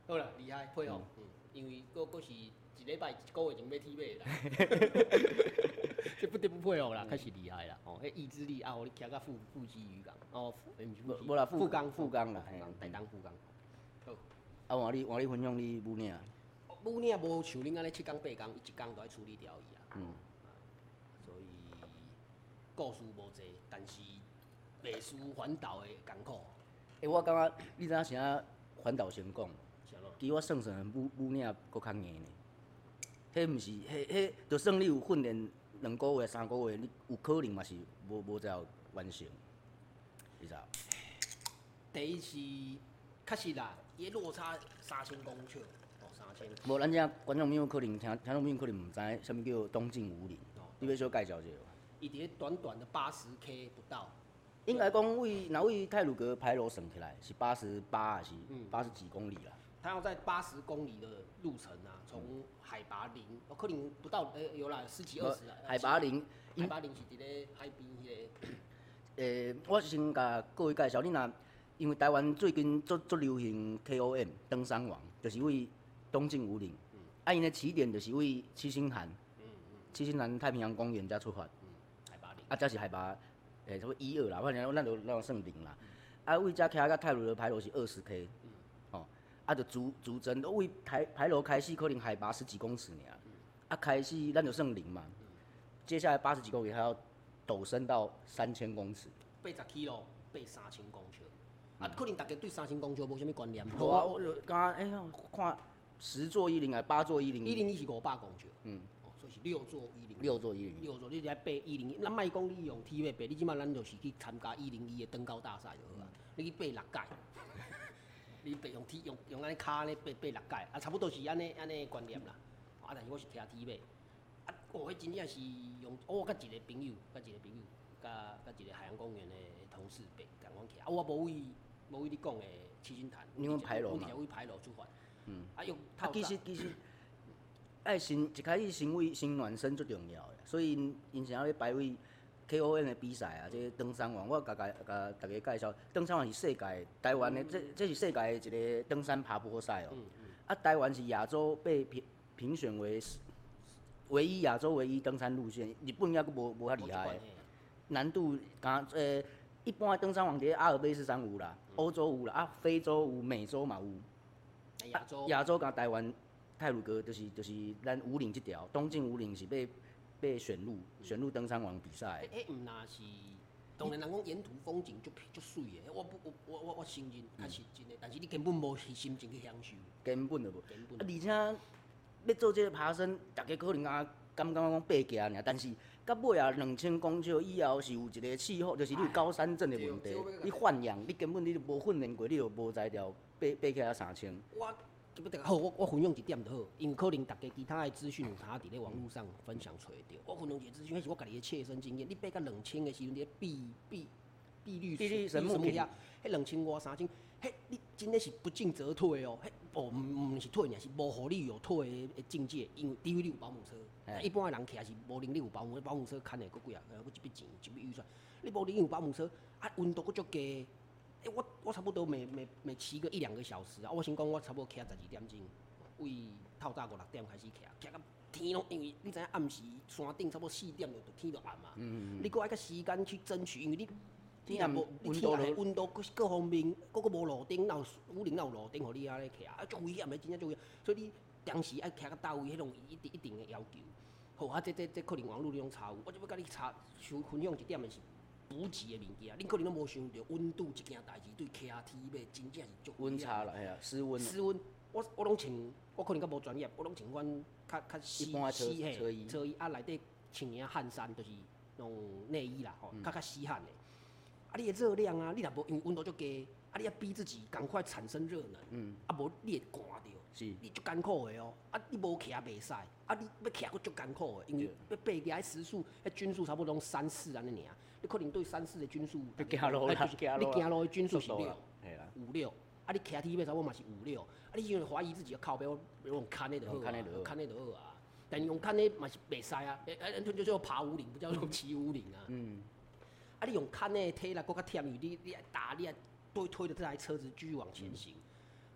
好啦，厉害配合，因为佫是一礼拜一个月前要踢马啦，这不得不配合啦，开始厉害啦，哦，迄意志力啊，互你骑到腹肌渔港，哦， 无啦， 富冈啦， 台东富冈，好。 啊，换你分享你母领。 母领无像恁安尼7工8工，伊一工都爱处理掉伊啊。所以故事无济，但是袂输环岛的艰苦。 我感觉你知影啥环岛成功？ 啥咯？ 其实我算母领搁较硬呢。迄毋是，迄就算你有训练2个月、3个月，你有可能嘛是无才有完成，你知？ 第一是确实啦，伊落差3000公尺。3000。 无，咱遮观众朋友可能听众朋友可能毋知啥物叫东进50，你要小介绍一下。 伊伫短短的80K 不到。 应该讲为太鲁阁牌楼算起来是88还是80几公里啦？ 他要在80公里的路程啊，从海拔0，可能不到有啦10几20啦。 海拔0， 海拔0是伫咧海边迄个。我先甲各位介绍，你若因为台湾最近足流行 KOM 登山王，就是为东进50，因的起点就是为七星潭，七星潭太平洋公园才出发， 海拔0， 才是海拔差不多1、2啦，反正咱就算0啦。为遮徛到太鲁阁牌楼是20K，就逐帧为牌楼开始可能海拔10几公尺尔，开始咱就算0嘛，接下来80几公里还要陡升到3000公尺 ，80 km 爬3000公尺，可能大家对3000公尺无啥物观念。 好啊，我就刚看10座101还8座101，101 是500公尺，所以是6座101。 6座101。 6座，你来爬101，咱莫讲你用体力爬，你即摆咱就是去参加101的登高大赛就好啊。你去爬6届，你爬用安尼骹咧爬6届，差不多是安尼观念啦。但是我是骑体力，迄真正是用我甲一个朋友，甲一个海洋公园的同事爬，共阮骑。我无为你讲的七星潭， 你讲牌楼嘛？ 我直接为牌楼出发。用其实。爱一开始先暖身最重要的，所以因想要咧排位 KON 的比赛啊，这登山王，我甲大家介绍，登山王是世界台湾的，这是世界的一个登山爬坡赛哦。台湾是亚洲被评选为亚洲唯一登山路线，日本也阁无遐厉害的，难度一般的登山王伫阿尔卑斯山有啦，欧洲有啦，非洲有，美洲嘛有，亚洲甲台湾。太鲁阁就是咱50这条，东进50是被选入登山王比赛。 毋那是，当然人讲沿途风景就水的，我承认，确实真的，但是你根本无心情去享受。 根本就无。而且要做这个爬升，大家可能感觉讲爬行尔，但是到尾啊2000公尺以后是有一个气候，就是你有高山症的问题，你泛氧，你根本你就无训练过，你就无才调爬起来3000。 好，我分享一点就好，因为可能大家其他的资讯有他伫咧网络上分享出来着。我分享一个资讯，迄是我家己的切身经验。你爬到2000的时阵，你碧绿神木遐，迄2000外3000，迄你真的是不进则退哦。迄毋是退尔，是无互你有退的境界，因为除非你有保姆车。一般的人徛是无能力有保姆车牵的，佫几啊，佫一笔钱，一笔预算。你无能力有保姆车，温度佫足低。我差不多每骑个1-2个小时啊！我先讲，我差不多骑12点钟，为透早5-6点开始骑到天拢，因为你知影暗时山顶差不多4点就天就暗嘛。你搁爱个时间去争取，因为你天无温度各方面，佫无路顶，武陵有路顶，互你遐咧骑足危险的，真正足危险。所以你当时爱骑到倒位，迄种一定的要求。好这可能网络里种查有，我就要甲你分享一点的是。补给的物件，恁可能都无想到温度这件代志对骑体马真正是足温差啦，系啊，失温。 我拢穿，我可能较无专业，我拢穿阮较一般的车衣内底穿件汗衫，就是用内衣啦，较吸汗的。你的热量啊，你若无因为温度足低，你要逼自己赶快产生热能，无你会寒着，你足艰苦的哦。你无骑袂使，你要骑佫足艰苦的，因为要爬起来时速，均速差不多3、4安尼尔。你可能对3、4的均速， 你行路的均速是6、5、6，你骑体马差不多嘛是5、6，你因为怀疑自己靠背，我用牵的就好啊，但是用牵的嘛是袂使啊，就叫爬50，不叫做骑50啊。你用牵的体力佫较忝，你爱打，你爱推着这台车子继续往前行。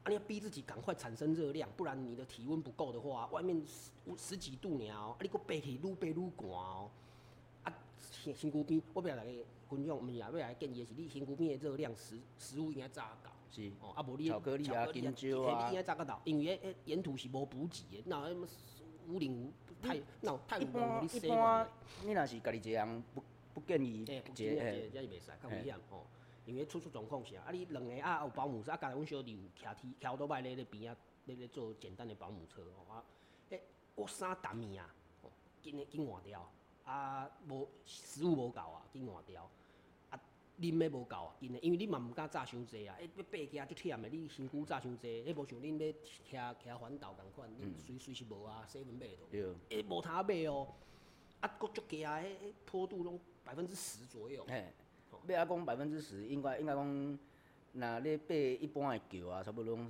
你要逼自己赶快产生热量，不然你的体温不够的话，外面十几度尔哦，你搁爬起愈爬愈寒哦。啊，身躯边，我要来大家分享，毋是啊，要来建议的是，你身躯边的热量食物应该炸到。 是， 哦，啊无你巧克力啊、香蕉啊， 你应该炸到，因为沿途是无补给的，那什么五零太一般你若是家己一个人不建议这是袂使，较危险吼。因为出状况啥，你两个有保姆车，啊，加阮小弟有骑倒摆咧边仔咧做简单的保姆车吼啊，我衫澹去啊，紧换掉，啊无食物无够啊，紧换掉，啊啉的无够啊，紧的，因为你嘛毋敢炸伤济啊，要爬起啊，足忝的，你身躯炸伤济，无像恁要骑环岛共款，你随时无啊，7买到，无通买哦，啊，佫足低啊，坡度拢10%左右。 要讲10%，应该讲，若咧爬一般的桥啊，差不多拢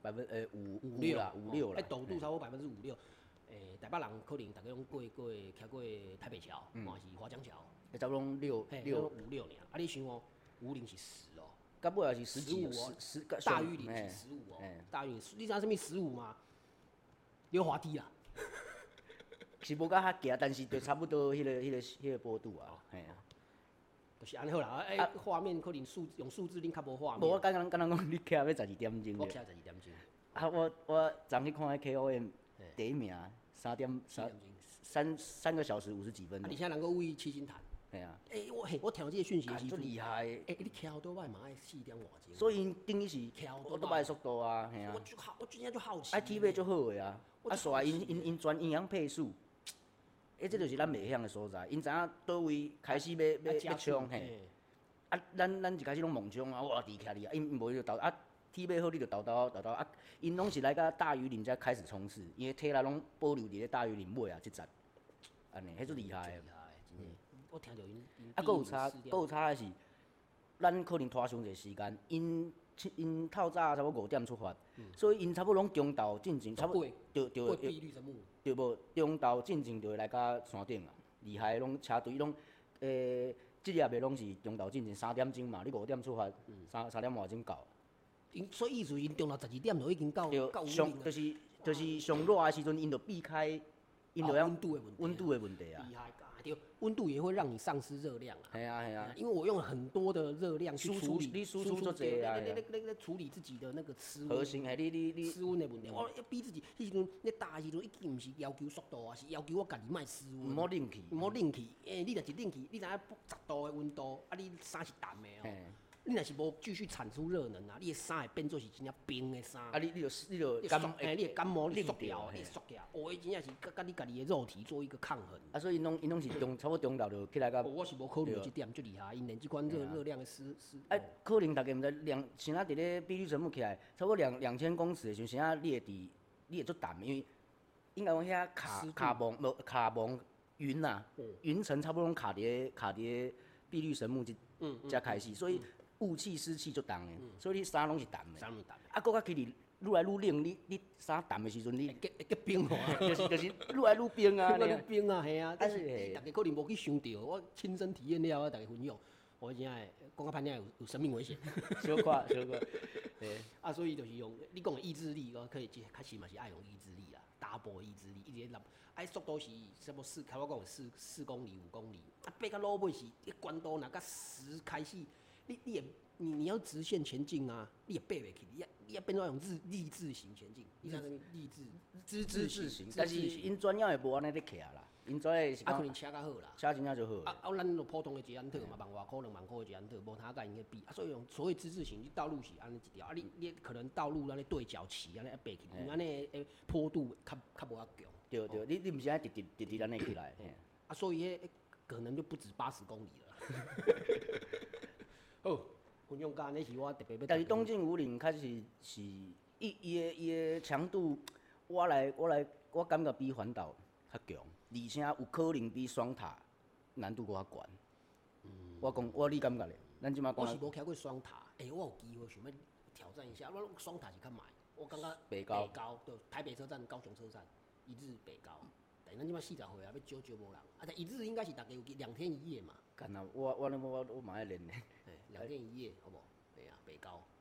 5、6啦，5、6啦。 陡度差不多5、6%。台北人可能大家拢骑过台北桥，或是华江桥。 差不多拢6、 5、6尔。啊，你想哦，50是10哦， 到尾也是 15哦，大玉林是15哦，大玉林，你知影什么15吗？溜滑梯啊。 是无甲较行，但是就差不多迄个坡度啊，嘿啊。 就是安尼好啦，画面可能用数字恁较无画面。 无，我刚刚讲你徛要12点钟。 我徛12点钟。 啊，我昨去看迄 KOM 第一名，3个小时50几分。 啊，而且能够位七星潭。 系啊。 我听到这个讯息的时候，厉害。 你徛倒摆嘛爱4点外钟。 所以等于是徛倒摆速度啊，系啊。 我真正就好奇。 体力足好个啊，煞因专营养配速。这就是咱袂晓的所在，因知影倒位开始要冲嘿，啊，咱一开始拢猛冲啊，哇，伫徛哩啊，因无就倒啊，体力好你就倒啊，因拢是来到大屿林才开始冲刺，因为体力拢保留伫咧大屿林尾啊，这站，安尼，迄足厉害的。 真诶，我听着因。 啊，佫有差的是，咱可能拖伤一个时间，因透早差不多5点出发，所以因差不多拢中昼进前差不多就碧绿神木， 对无中昼进前就会来到山顶啊，厉害拢车队拢职业的拢是中昼进前3点钟嘛，你5点出发，3点外钟到。 所以意思因中昼12点就已经到上就是上热的时阵，因就避开。因就温度的问题啊， 厉害对，温度也会让你丧失热量啊。 系啊， 因为我用了很多的热量去处理， 你输出做侪啊， 处理自己的那个吃温， 核心系你吃温的问题。我要逼自己，迄时阵咧打的时阵，已经毋是要求速度啊，是要求我家己莫失温。 毋好冷气， 你若是冷气，你知影10度的温度，啊，你衫是湿的哦。你若是无继续产出热能啊，你的衫会变做是真正冰的衫。 啊，你就你的感冒你缩掉，哦，伊真正是甲你家己的肉体做一个抗衡。 啊，所以因拢是差不多中昼就起来甲。 我是无考虑这点，最厉害，因连即款热量的失。 可能大家毋知像仔伫咧碧绿神木起来，差不多2000公尺的时阵，你会做淡，因为应该讲遐卡蒙云呐，云层差不多拢卡伫碧绿神木才开始，所以。雾气、湿气就重的，所以你衫拢是重的。啊，搁较起哩愈来愈冷，你衫重的时阵，你会冰哦， 就是愈来愈冰啊， 愈冰啊，系啊。但是大家可能无去想到，我亲身体验了，我大家分享，我真系讲较歹听有生命危险。 小可， 对。啊，所以就是用你讲的意志力，我可以开始嘛是爱用意志力啦，double 意志力，一直立，速度是差不多开我讲的4公里、5公里，啊，爬到路尾是一关刀若甲10开始。你要直线前进啊！你也爬袂起，你要变做用励志型前进。你知影啥物励志？之字型。 但是因专业的无安尼咧骑啦，因专业是可能车较好啦。 车真正就好。 咱普通的捷安特嘛，1万外箍、2万箍的捷安特，无通甲因去比。所以用所谓之字型，道路是安尼一条，你可能道路安尼对角起安尼爬起，因为安尼坡度较无遐强。 对，你毋是安直安尼起来。 所以可能就不止80公里了。好，分享干，那是我特别要。 但是东进武岭开始是伊的强度，我感觉比环岛较强，而且有可能比双塔难度搁较悬。我你感觉咧？咱即马讲。 我是无骑过双塔，我有机会想要挑战一下。我双塔是较慢，我感觉北高对台北车站、高雄车站一日北高。但咱即马40岁啊，要招无人。但一日应该是大概有2天1夜嘛。 干啊！我嘛爱练呢。 2天1夜，好无？对啊，北高，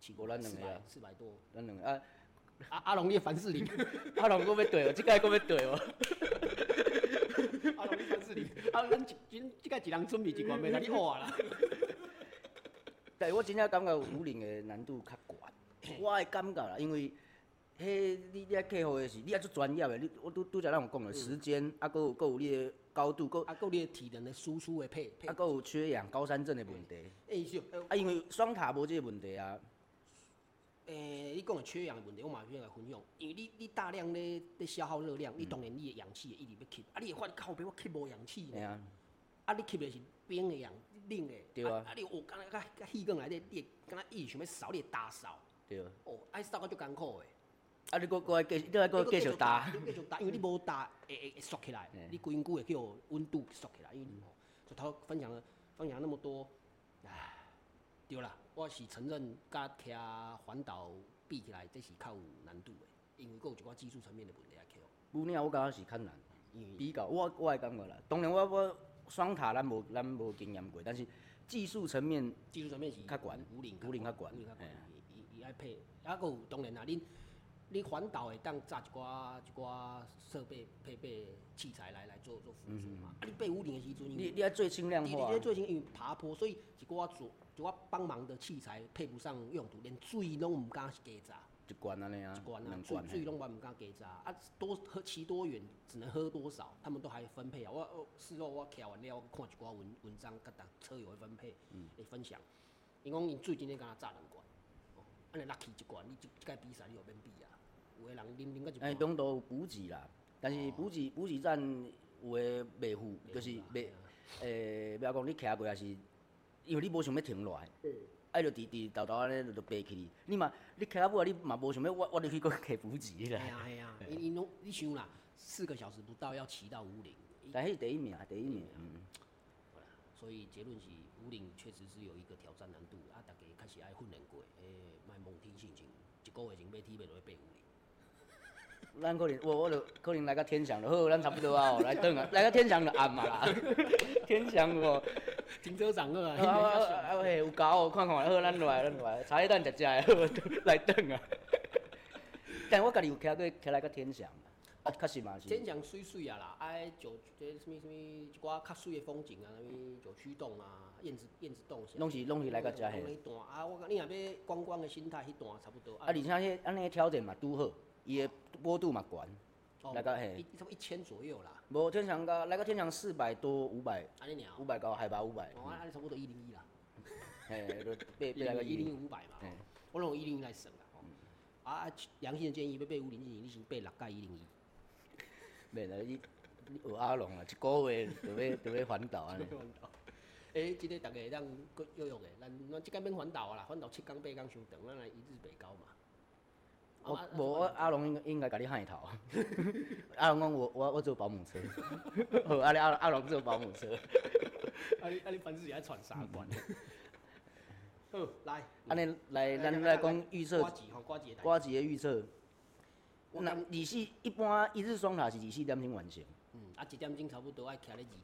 起无咱两个啊 400多。 咱两个啊， 阿龙你凡士林， 阿龙搁要对哦，即摆搁要对哦。 阿龙你凡士林，咱即个一人准备一罐，袂甲你学啊啦。 但是我真正感觉武岭的难度较悬，我的感觉啦，因为你爱克服的是，你爱做专业的，我拄则咱有讲的时间，啊，搁有你的高度， 还有你的体能的输出的配， 啊，搁有缺氧、高山症的问题。 是。 啊，因为双塔无这个问题啊。 你讲的缺氧的问题，我嘛先来分享。因为你大量咧消耗热量，你当然你的氧气会一直要吸，啊，你会发现靠边我吸无氧气呢。啊，你吸的是冰的氧、冷的。 对啊。 你有敢若甲气管内底，你敢若一直想要扫，你会打扫。 对。 哦，爱扫到足艰苦的。 啊，你搁爱继续，你爱搁继续打。 你继续打，因为你无打会缩起来，你规身躯会叫温度缩起来。因为就他分享了那么多，唉，对啦，我是承认甲骑环岛比起来，这是较有难度的，因为佫有一寡技术层面的问题要克服。 武岭我感觉是较难，比较我的感觉啦。当然我双塔咱无经验过，但是技术层面是较悬，武岭较悬，伊爱配，啊，佫有当然啦，你环岛会当扎一寡设备配备器材来做辅助嘛。啊，你爬武岭的时阵， 你爱做轻量化。 你做轻，因为爬坡，所以一寡帮忙的器材配不上用途，连水拢唔敢加扎。 一罐安尼啊， 水拢唔敢加扎啊，骑多远只能喝多少，他们都还分配啊。事后我骑完了，我看一寡文章，甲车友的分配会分享。因讲因水真天敢若扎2罐，安尼落去1罐，你即届比赛你就免比啊。有的人啉到一罐。 中途有补给啦，但是补给站有的袂付，就是袂要讲你徛过也是，因为你无想要停落来。就直豆豆安尼就爬起。你徛到尾，你嘛无想要我就去搁摕补给啦。 系啊，你想啦，4个小时不到要骑到武岭。 但是第一名。 所以结论是，武岭确实是有一个挑战难度啊，大家开始爱训练过，莫蒙天心情，1个月前买铁要落去爬武岭。 咱可能我就可能来到天祥就好，咱差不多啊，来转啊，来到天祥就暗嘛啦。天祥哦， 停车场啊， 有狗看看，好，咱落来，茶叶蛋食好，来转啊。但我家己有骑来到天祥，确实嘛是。 天祥水啊啦，这什么一寡较水的风景啊，什么九曲洞啊、燕子洞啥。 拢是来到遮嘿。 迄段啊，你若要观光的心态，迄段差不多。 而且安尼挑战嘛拄好。伊的坡度嘛悬，来到嘿， 差不多1000左右啦。 无天祥来到天祥400多500， 安尼尔 ，500高，海拔500。 安尼差不多101啦。 嘿，就爬来个 10500嘛。我用101来算啦。良心的建议，要爬武岭你先爬6届101。 免啦，你学阿龙啊，1个月就要环岛安尼。 即个大家当约的，咱即间免环岛啊啦，环岛7天8天伤长，咱来一日白高嘛。 我阿龙应该甲你害头。阿龙讲我坐保姆车，好，阿龙坐保姆车。 你凡事也爱传3罐。好，来， 安尼来，咱来讲预测。瓜子的预测。那24一般一日双塔是24点钟完成。 1点钟差不多爱徛咧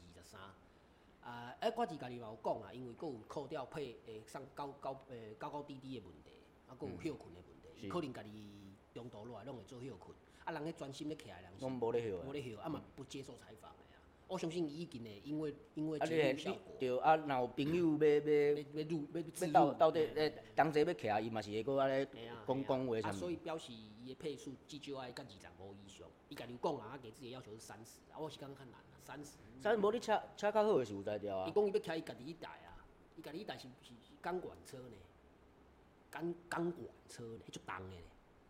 22、23。瓜子家己嘛有讲啦，因为佫有扣掉配上高低的问题，佫有休困的问题。可能家己中途落来拢会做休困，人咧专心咧徛的人是拢无咧休，嘛不接受采访的啊。我相信伊已经咧，因为节目效果。 对，若有朋友要到底同齐要徛，伊嘛是会搁安尼讲话啥物。 所以表示伊的配速至少爱甲25以上。伊家己有讲啊，给自己要求是30啊，我是感觉较难啊，30。 无你车较好的是有才调啊。 伊讲伊要徛伊家己一台啊，伊家己一台是钢管车呢。钢管车呢，足重的咧。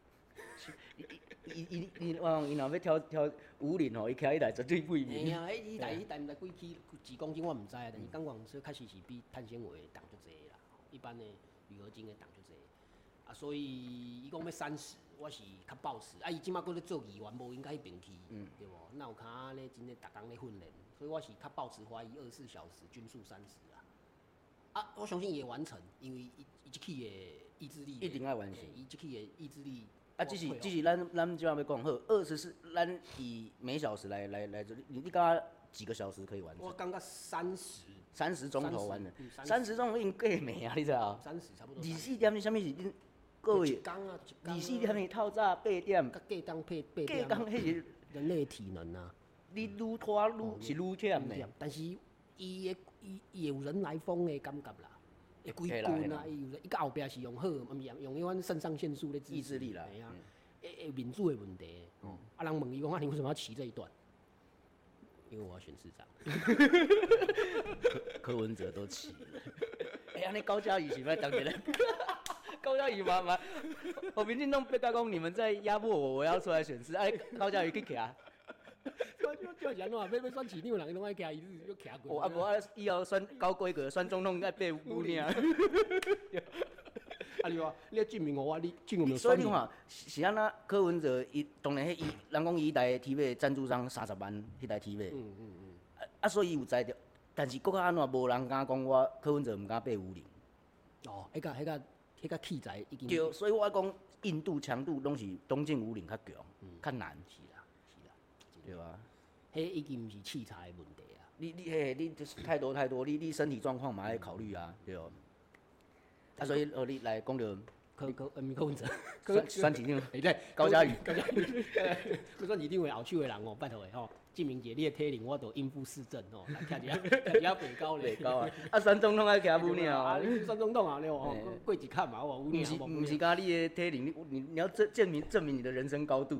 伊若要挑武岭吼，伊徛迄台绝对不会面。 迄台毋知几公斤我毋知啊，但是钢管车确实是比碳纤维重足济啦，一般的铝合金的重足济。啊，所以伊讲要30，我是较抱持。伊即马搁咧做议员，无应该迄边去，对无？哪有看咧真正逐工咧训练，所以我是较抱持怀疑24小时均速30啊。我相信伊会完成，因为伊即起的意志力一定要完成。 伊即起的意志力。 只是咱即马要讲好，24，咱以每小时来，你感觉几个小时可以完成？ 我感觉30 30钟头完了 30 ，30钟头已经过暝啊，你知道 30差不多。 24点是啥物是恁个月一？工啊，一工啊。 24点是透早8点， 甲计当配8 计点。 工迄是人类的体能啊。 你愈拖愈是愈忝呢。 但是伊有人来疯的感觉啦，会规棍啊，伊到后壁是用好，毋是用迄款肾上腺素咧支持意志力啦。 会民主的问题。啊，人问伊讲啊，你为什么要骑这一段？因为我要选市长。 柯文哲都骑了。安尼高嘉瑜是不是当起来？高嘉瑜嘛，民进党被告讲你们在压迫我，我要出来选市。高嘉瑜去徛。 就是安怎？要选市长，人拢爱徛，伊就徛过。 无以后选高规格，选总统该85尔。 啊，你话你咧证明我，你证明所以你看是安那柯文哲，伊当然迄人讲伊台 TV 赞助商30万，迄台 TV。所以伊有知着，但是搁较安怎无人敢讲我柯文哲毋敢85零。 哦，迄个器材已经。 对，所以我讲硬度强度拢是东进50较强，较难。 是啦， 对吧？ 迄已经毋是器材的问题啊。 你就是太多，你身体状况嘛要考虑啊，对哦。所以你来讲着柯文哲， 选市长， 对， 高嘉瑜， 要选市长为后手的人哦，拜托的吼，证明姐你的体能我都应付市政哦，来徛一下北高咧， 北高啊，选总统爱徛5尔啊，你选总统啊，你哦，过一坎嘛，我5尔， 不是讲你的体能，你要证明你的人生高度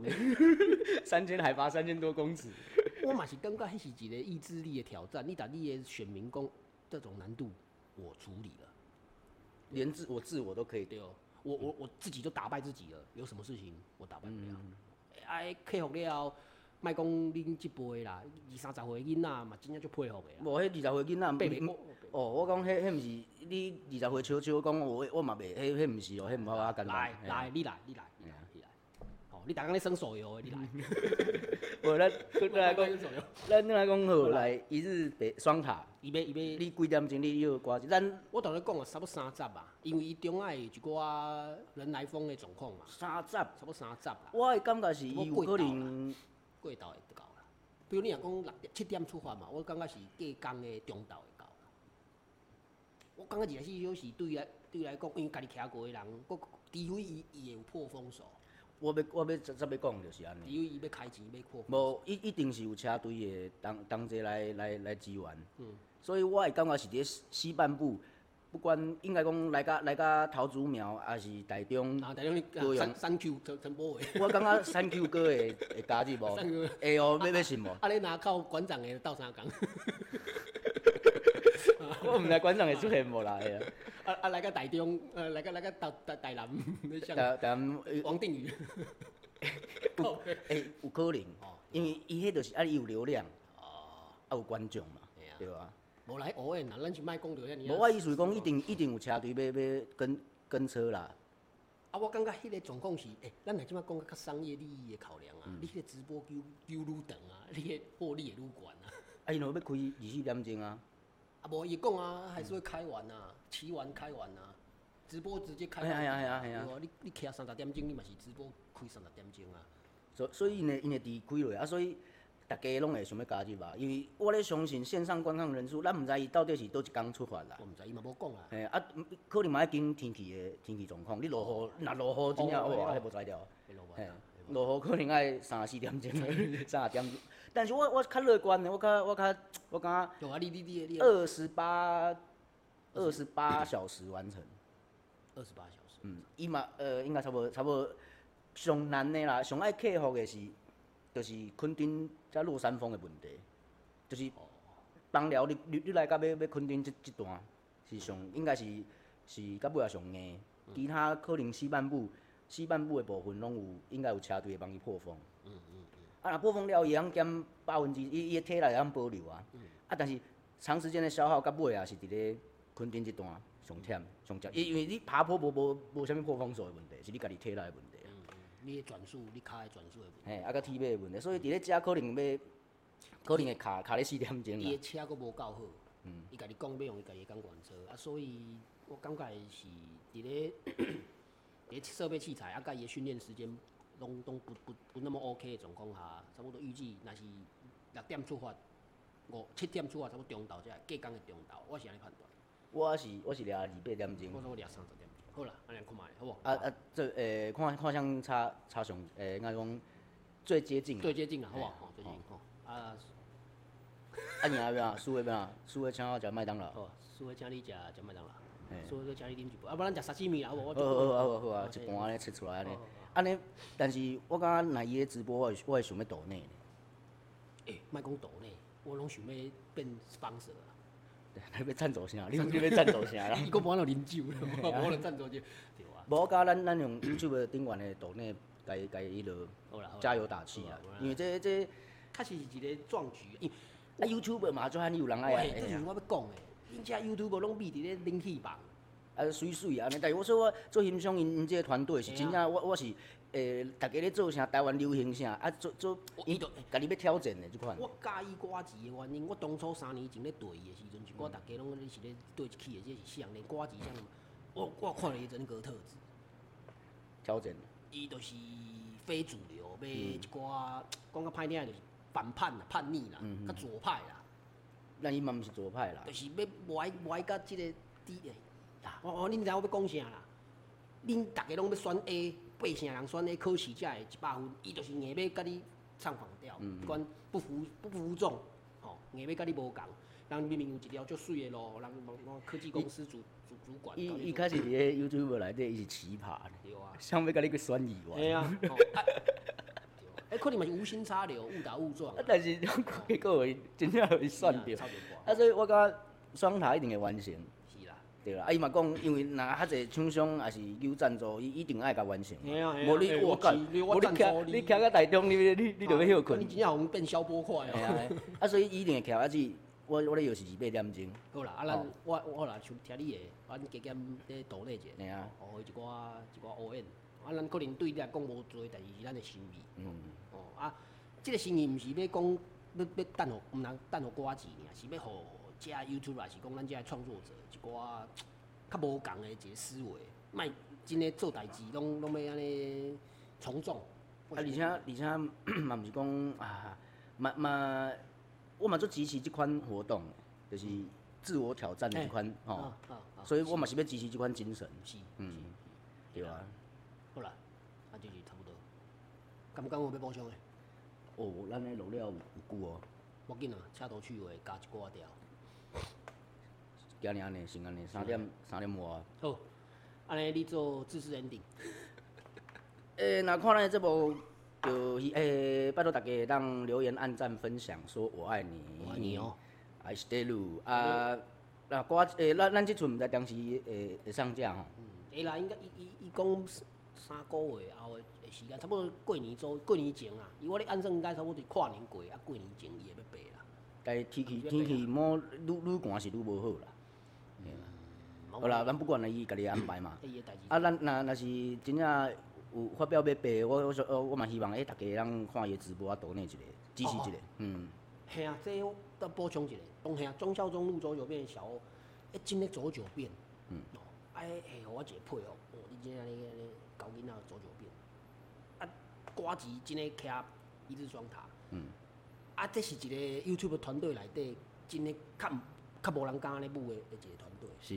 ，3000海拔3000多公尺。 我嘛是感觉迄是一个意志力的挑战，你把你的选民讲这种难度我处理了， 连自我都可以。 对哦，我自己就打败自己了，有什么事情我打败不了？哎，克服了，莫讲恁这辈啦，20-30岁囡仔嘛，真正就佩服的啦。 无，迄20岁囡仔，我讲迄毋是你20岁悄讲，我嘛袂，迄毋是哦，迄毋好简单。 来，你来。哦，你逐工咧耍手游的，你来。 无，咱来讲好来一日北双塔。 伊要， 你几点钟？你要挂？ 我头咧讲啊，差不多3集啊，因为伊中间有一寡人来疯的状况嘛。 3集， 差不多3集啦。 我的感觉是伊有可能过昼会到啦。比如你若讲6点7点出发嘛，我感觉是过工的中昼会到啦。我感觉24小时对来讲，因为家己徛过的人，除非伊会有破风手。 我要再讲就是安尼。 因为伊要开钱要破风。 无，一定是有车队的同齐来支援。所以我会感觉是伫西半部，不管应该讲来甲桃竹苗，还是台中， 台中你三 Q 陈柏伟。 我感觉3 Q 哥会加入无？会哦，要信无？ 啊，你若靠馆长的斗相共。 我毋知馆长会出现无啦，哎呀。 来个台中，来个台南， 台南王定宇。 有可能，因为伊迄就是伊有流量，有观众嘛，对吧？ 无来学的，咱是莫讲着遐尔。 无，我意思讲，一定有车队要跟车啦。 啊，我感觉迄个状况是，咱来即摆讲较商业利益的考量啊，你迄个直播揪愈长啊，你个获利会愈悬啊。 因为要开24点钟啊。 啊，无伊讲啊，还是会开完啊，骑完开完啊，直播直接开完。 系啊。 你徛30点钟，你嘛是直播开30点钟啊。 所以因会伫开落啊，所以大家拢会想要加入啊，因为我咧相信线上观看人数，咱毋知伊到底是倒一天出发啦。 我毋知伊嘛无讲啦。 嘿啊，可能嘛要紧天气状况，你落雨，若落雨真正哇，迄无才调。嘿，落雨可能爱3-4点钟，3点。但是我较乐观的，我感觉。 有啊，你 28小时完成。 28小时。 伊嘛应该差不多上难的啦，上爱克服的是，就是垦丁才落山风的问题，就是邦寮你来到要垦丁这段是上应该是到尾也上硬，其他可能西半部的部分拢有应该有车队会帮伊破风。啊，若破风了，伊通减100%，伊的体力会通保留啊。但是长时间的消耗，到尾也是伫咧垦丁这段上忝上食，因为你爬坡无啥物破风手的问题，是你家己体力的问题。 你的转速，你骹的转速的问题。 嘿，甲体力的问题，所以伫咧遮可能会卡咧4点钟伊的车阁无够好，伊家己讲要用伊家己的钢管车，所以我感觉是伫咧设备器材甲伊的训练时间拢不那么 OK 的状况下，差不多预计若是6点出发， 7点出发，差不多中昼才来，隔工的中昼，我是安尼判断。 我是掠28点钟。 我说我掠30点钟。好啦，安尼看卖，好无？ 这看像差上应该讲最接近。 最接近啊，好无？吼，最接近吼。啊， 你要边啊？输的边啊？输的请我食麦当劳。 好，输的请你食麦当劳。 嘿输的请你啉一杯，啊，不然咱食沙西米啦，好无？ 好啊，一盘安尼切出来安尼，但是我感觉若伊咧直播，我会想要抖内呢。 莫讲岛内，我拢想要变 sponsor 啊。 你要赞助啥？你要赞助啥啦？ 伊讲无安怎啉酒，无能赞助就对啊。 无，我感觉咱用 YouTube 顶悬的岛内，该迄落好啦， 加油打气啊！因为这确实是一个壮举。 YouTube 嘛，做遐尼有人爱。 这就是我要讲的，因遮 YouTube 拢比伫咧冷气房。 水水安尼，但是我说我做欣赏因这个团队是真正，我是大家咧做啥台湾流行啥做，伊家己要挑战的这款。 我介意歌词的原因，我当初3年前咧对伊的时阵，是我大家拢咧是咧对一起的，这是像连歌词像，我看了伊人格特质。 挑战。 伊就是非主流，要一寡讲较歹听就是反叛啦、叛逆啦、较左派啦。 咱伊嘛毋是左派啦。 就是要歪甲即个恁知我要讲啥啦？恁大家拢要选 A， 8成人选 A， 考试才会100分，伊就是硬要甲你唱反调，管不服众，吼，硬要甲你无共。人明明有一条足水的路，人科技公司主管。 伊开始伫咧 YouTube 内底，伊是奇葩呢。 对啊。 想要甲你去选议员。 嘿啊。可能嘛是无心插柳，误打误撞。 但是结果真正会选着。所以我感觉双塔一定会完成。 是啦。 对啦，伊嘛讲，因为若遐济厂商也是有赞助，伊一定爱甲完成。 嘿啊。 无你我干，无你徛到台中，你就要休困。 你真正互变消波块哦。所以伊一定会徛，我咧又是28点钟。 好啦，我好啦，像听你的，咱加减咧道内者，互伊一寡ON。咱可能对你来讲无做，但是是咱的心意。即个心意毋是要讲要等互，毋通等互歌词尔，是要互遮 YouTube 还是讲咱遮创作者一寡较无共的一个思维，莫真诶做代志拢要安尼从众。 而且嘛毋是讲我嘛做支持即款活动，就是自我挑战的即款吼，所以我嘛是要支持即款精神。 是， 对啊。 好啦，就是差不多。敢有要补充的？ 咱咧录了有久哦。 无紧啊，车头去尾加一寡条。 今日安尼，先安尼，3点外。 好，安尼你做自私 ending。 若看咱的节目，就拜托大家当留言、按赞、分享，说我爱你。 我爱你哦。 I stay you 啊，那歌咱即阵毋知当时会上架吼。 会啦，应该伊讲3个月后的时间，差不多过年前啊。伊我咧按算应该差不多是跨年过啊，过年前伊会要爬啦。 但天气莫愈寒是愈无好啦。好啦，咱不管了，伊家己安排嘛。咱若是真正有发表要爬，我嘛希望大家通看伊直播啊，岛内一个支持一个。 嘿啊，这要补充一下，忠孝中路走九遍小，真咧走九遍。互我一个配合，你真正咧教囡仔走九遍。歌词真诶徛一字双塔。这是一个 YouTube 团队内底真诶较无人敢安尼舞诶一个团队。 是。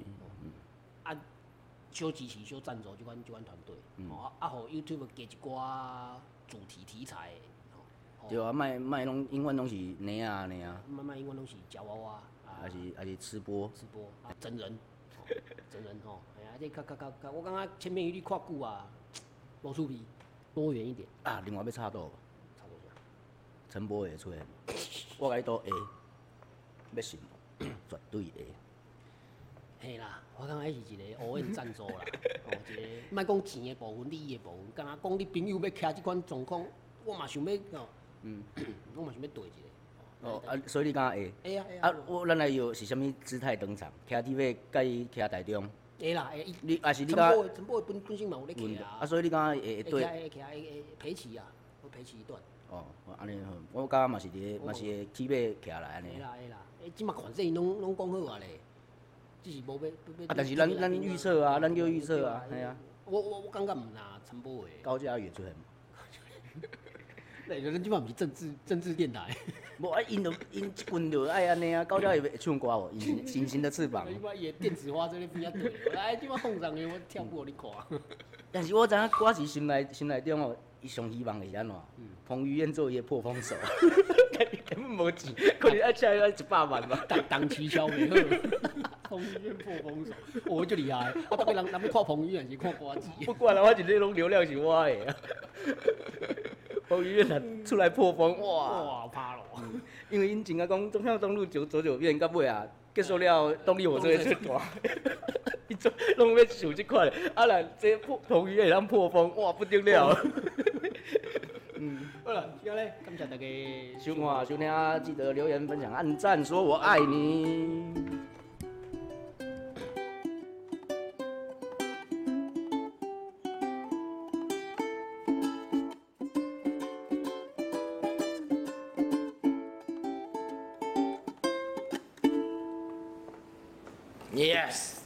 小支持、小赞助即款团队。互 YouTube 加一寡主题题材。 对啊，莫拢永远拢是泥啊。 莫永远拢是夹娃娃。 还是吃播。 真人。真人吼，这我感觉千篇一律看久啊，无趣味，多元一点。 另外要插倒无？ 插倒啥？ 陈柏伟出现，我甲你赌 A， 要信无？绝对 A。 嘿啦，我感觉迄是一个偶然赞助啦，一个莫讲钱的部分、利益的部分，敢若讲你朋友要徛即款状况，我嘛想要我嘛想要对一个。 所以你敢会？ 会啊。 咱来有是啥物姿态登场？徛伫尾，甲伊徛台中。 会啦， 你还是你敢？ 陈柏伟本身嘛有咧徛啊。 所以你敢会对？ 会陪棋啊，会陪棋一段。 安尼好，我感觉嘛是会起码徛来安尼。 会啦，即马款式因拢讲好啊咧，只是无要。 但是咱预测啊，咱叫预测啊，系啊。 我感觉毋啦，陈柏伟。 高嘉宇出现。 对，咱即摆毋是政治电台， 无啊，因即群就爱安尼啊，到了会唱歌无？隐形的翅膀。 即摆伊的电子花在咧边啊对，来即摆放上去，我跳舞你看。 但是我知影歌词心内中哦，伊上希望的是安怎？彭于晏做伊的破风手，根本无钱，可能爱请要100万吧。 档期消没好，彭于晏破风手，我就厉害。我大概人要看彭于晏是看歌词。 不管啦，我一日拢流量是我的啊。彭于晏若出来破风，哇， 趴咯。 因为因前啊讲忠孝东路走九遍，到尾啊结束了，动力火车会出大。伊做拢要想即款，啊若这彭于晏会当破风，哇不得了。 好了，今日感谢大家收看收听，记得留言分享、按赞，说我爱你。Yes。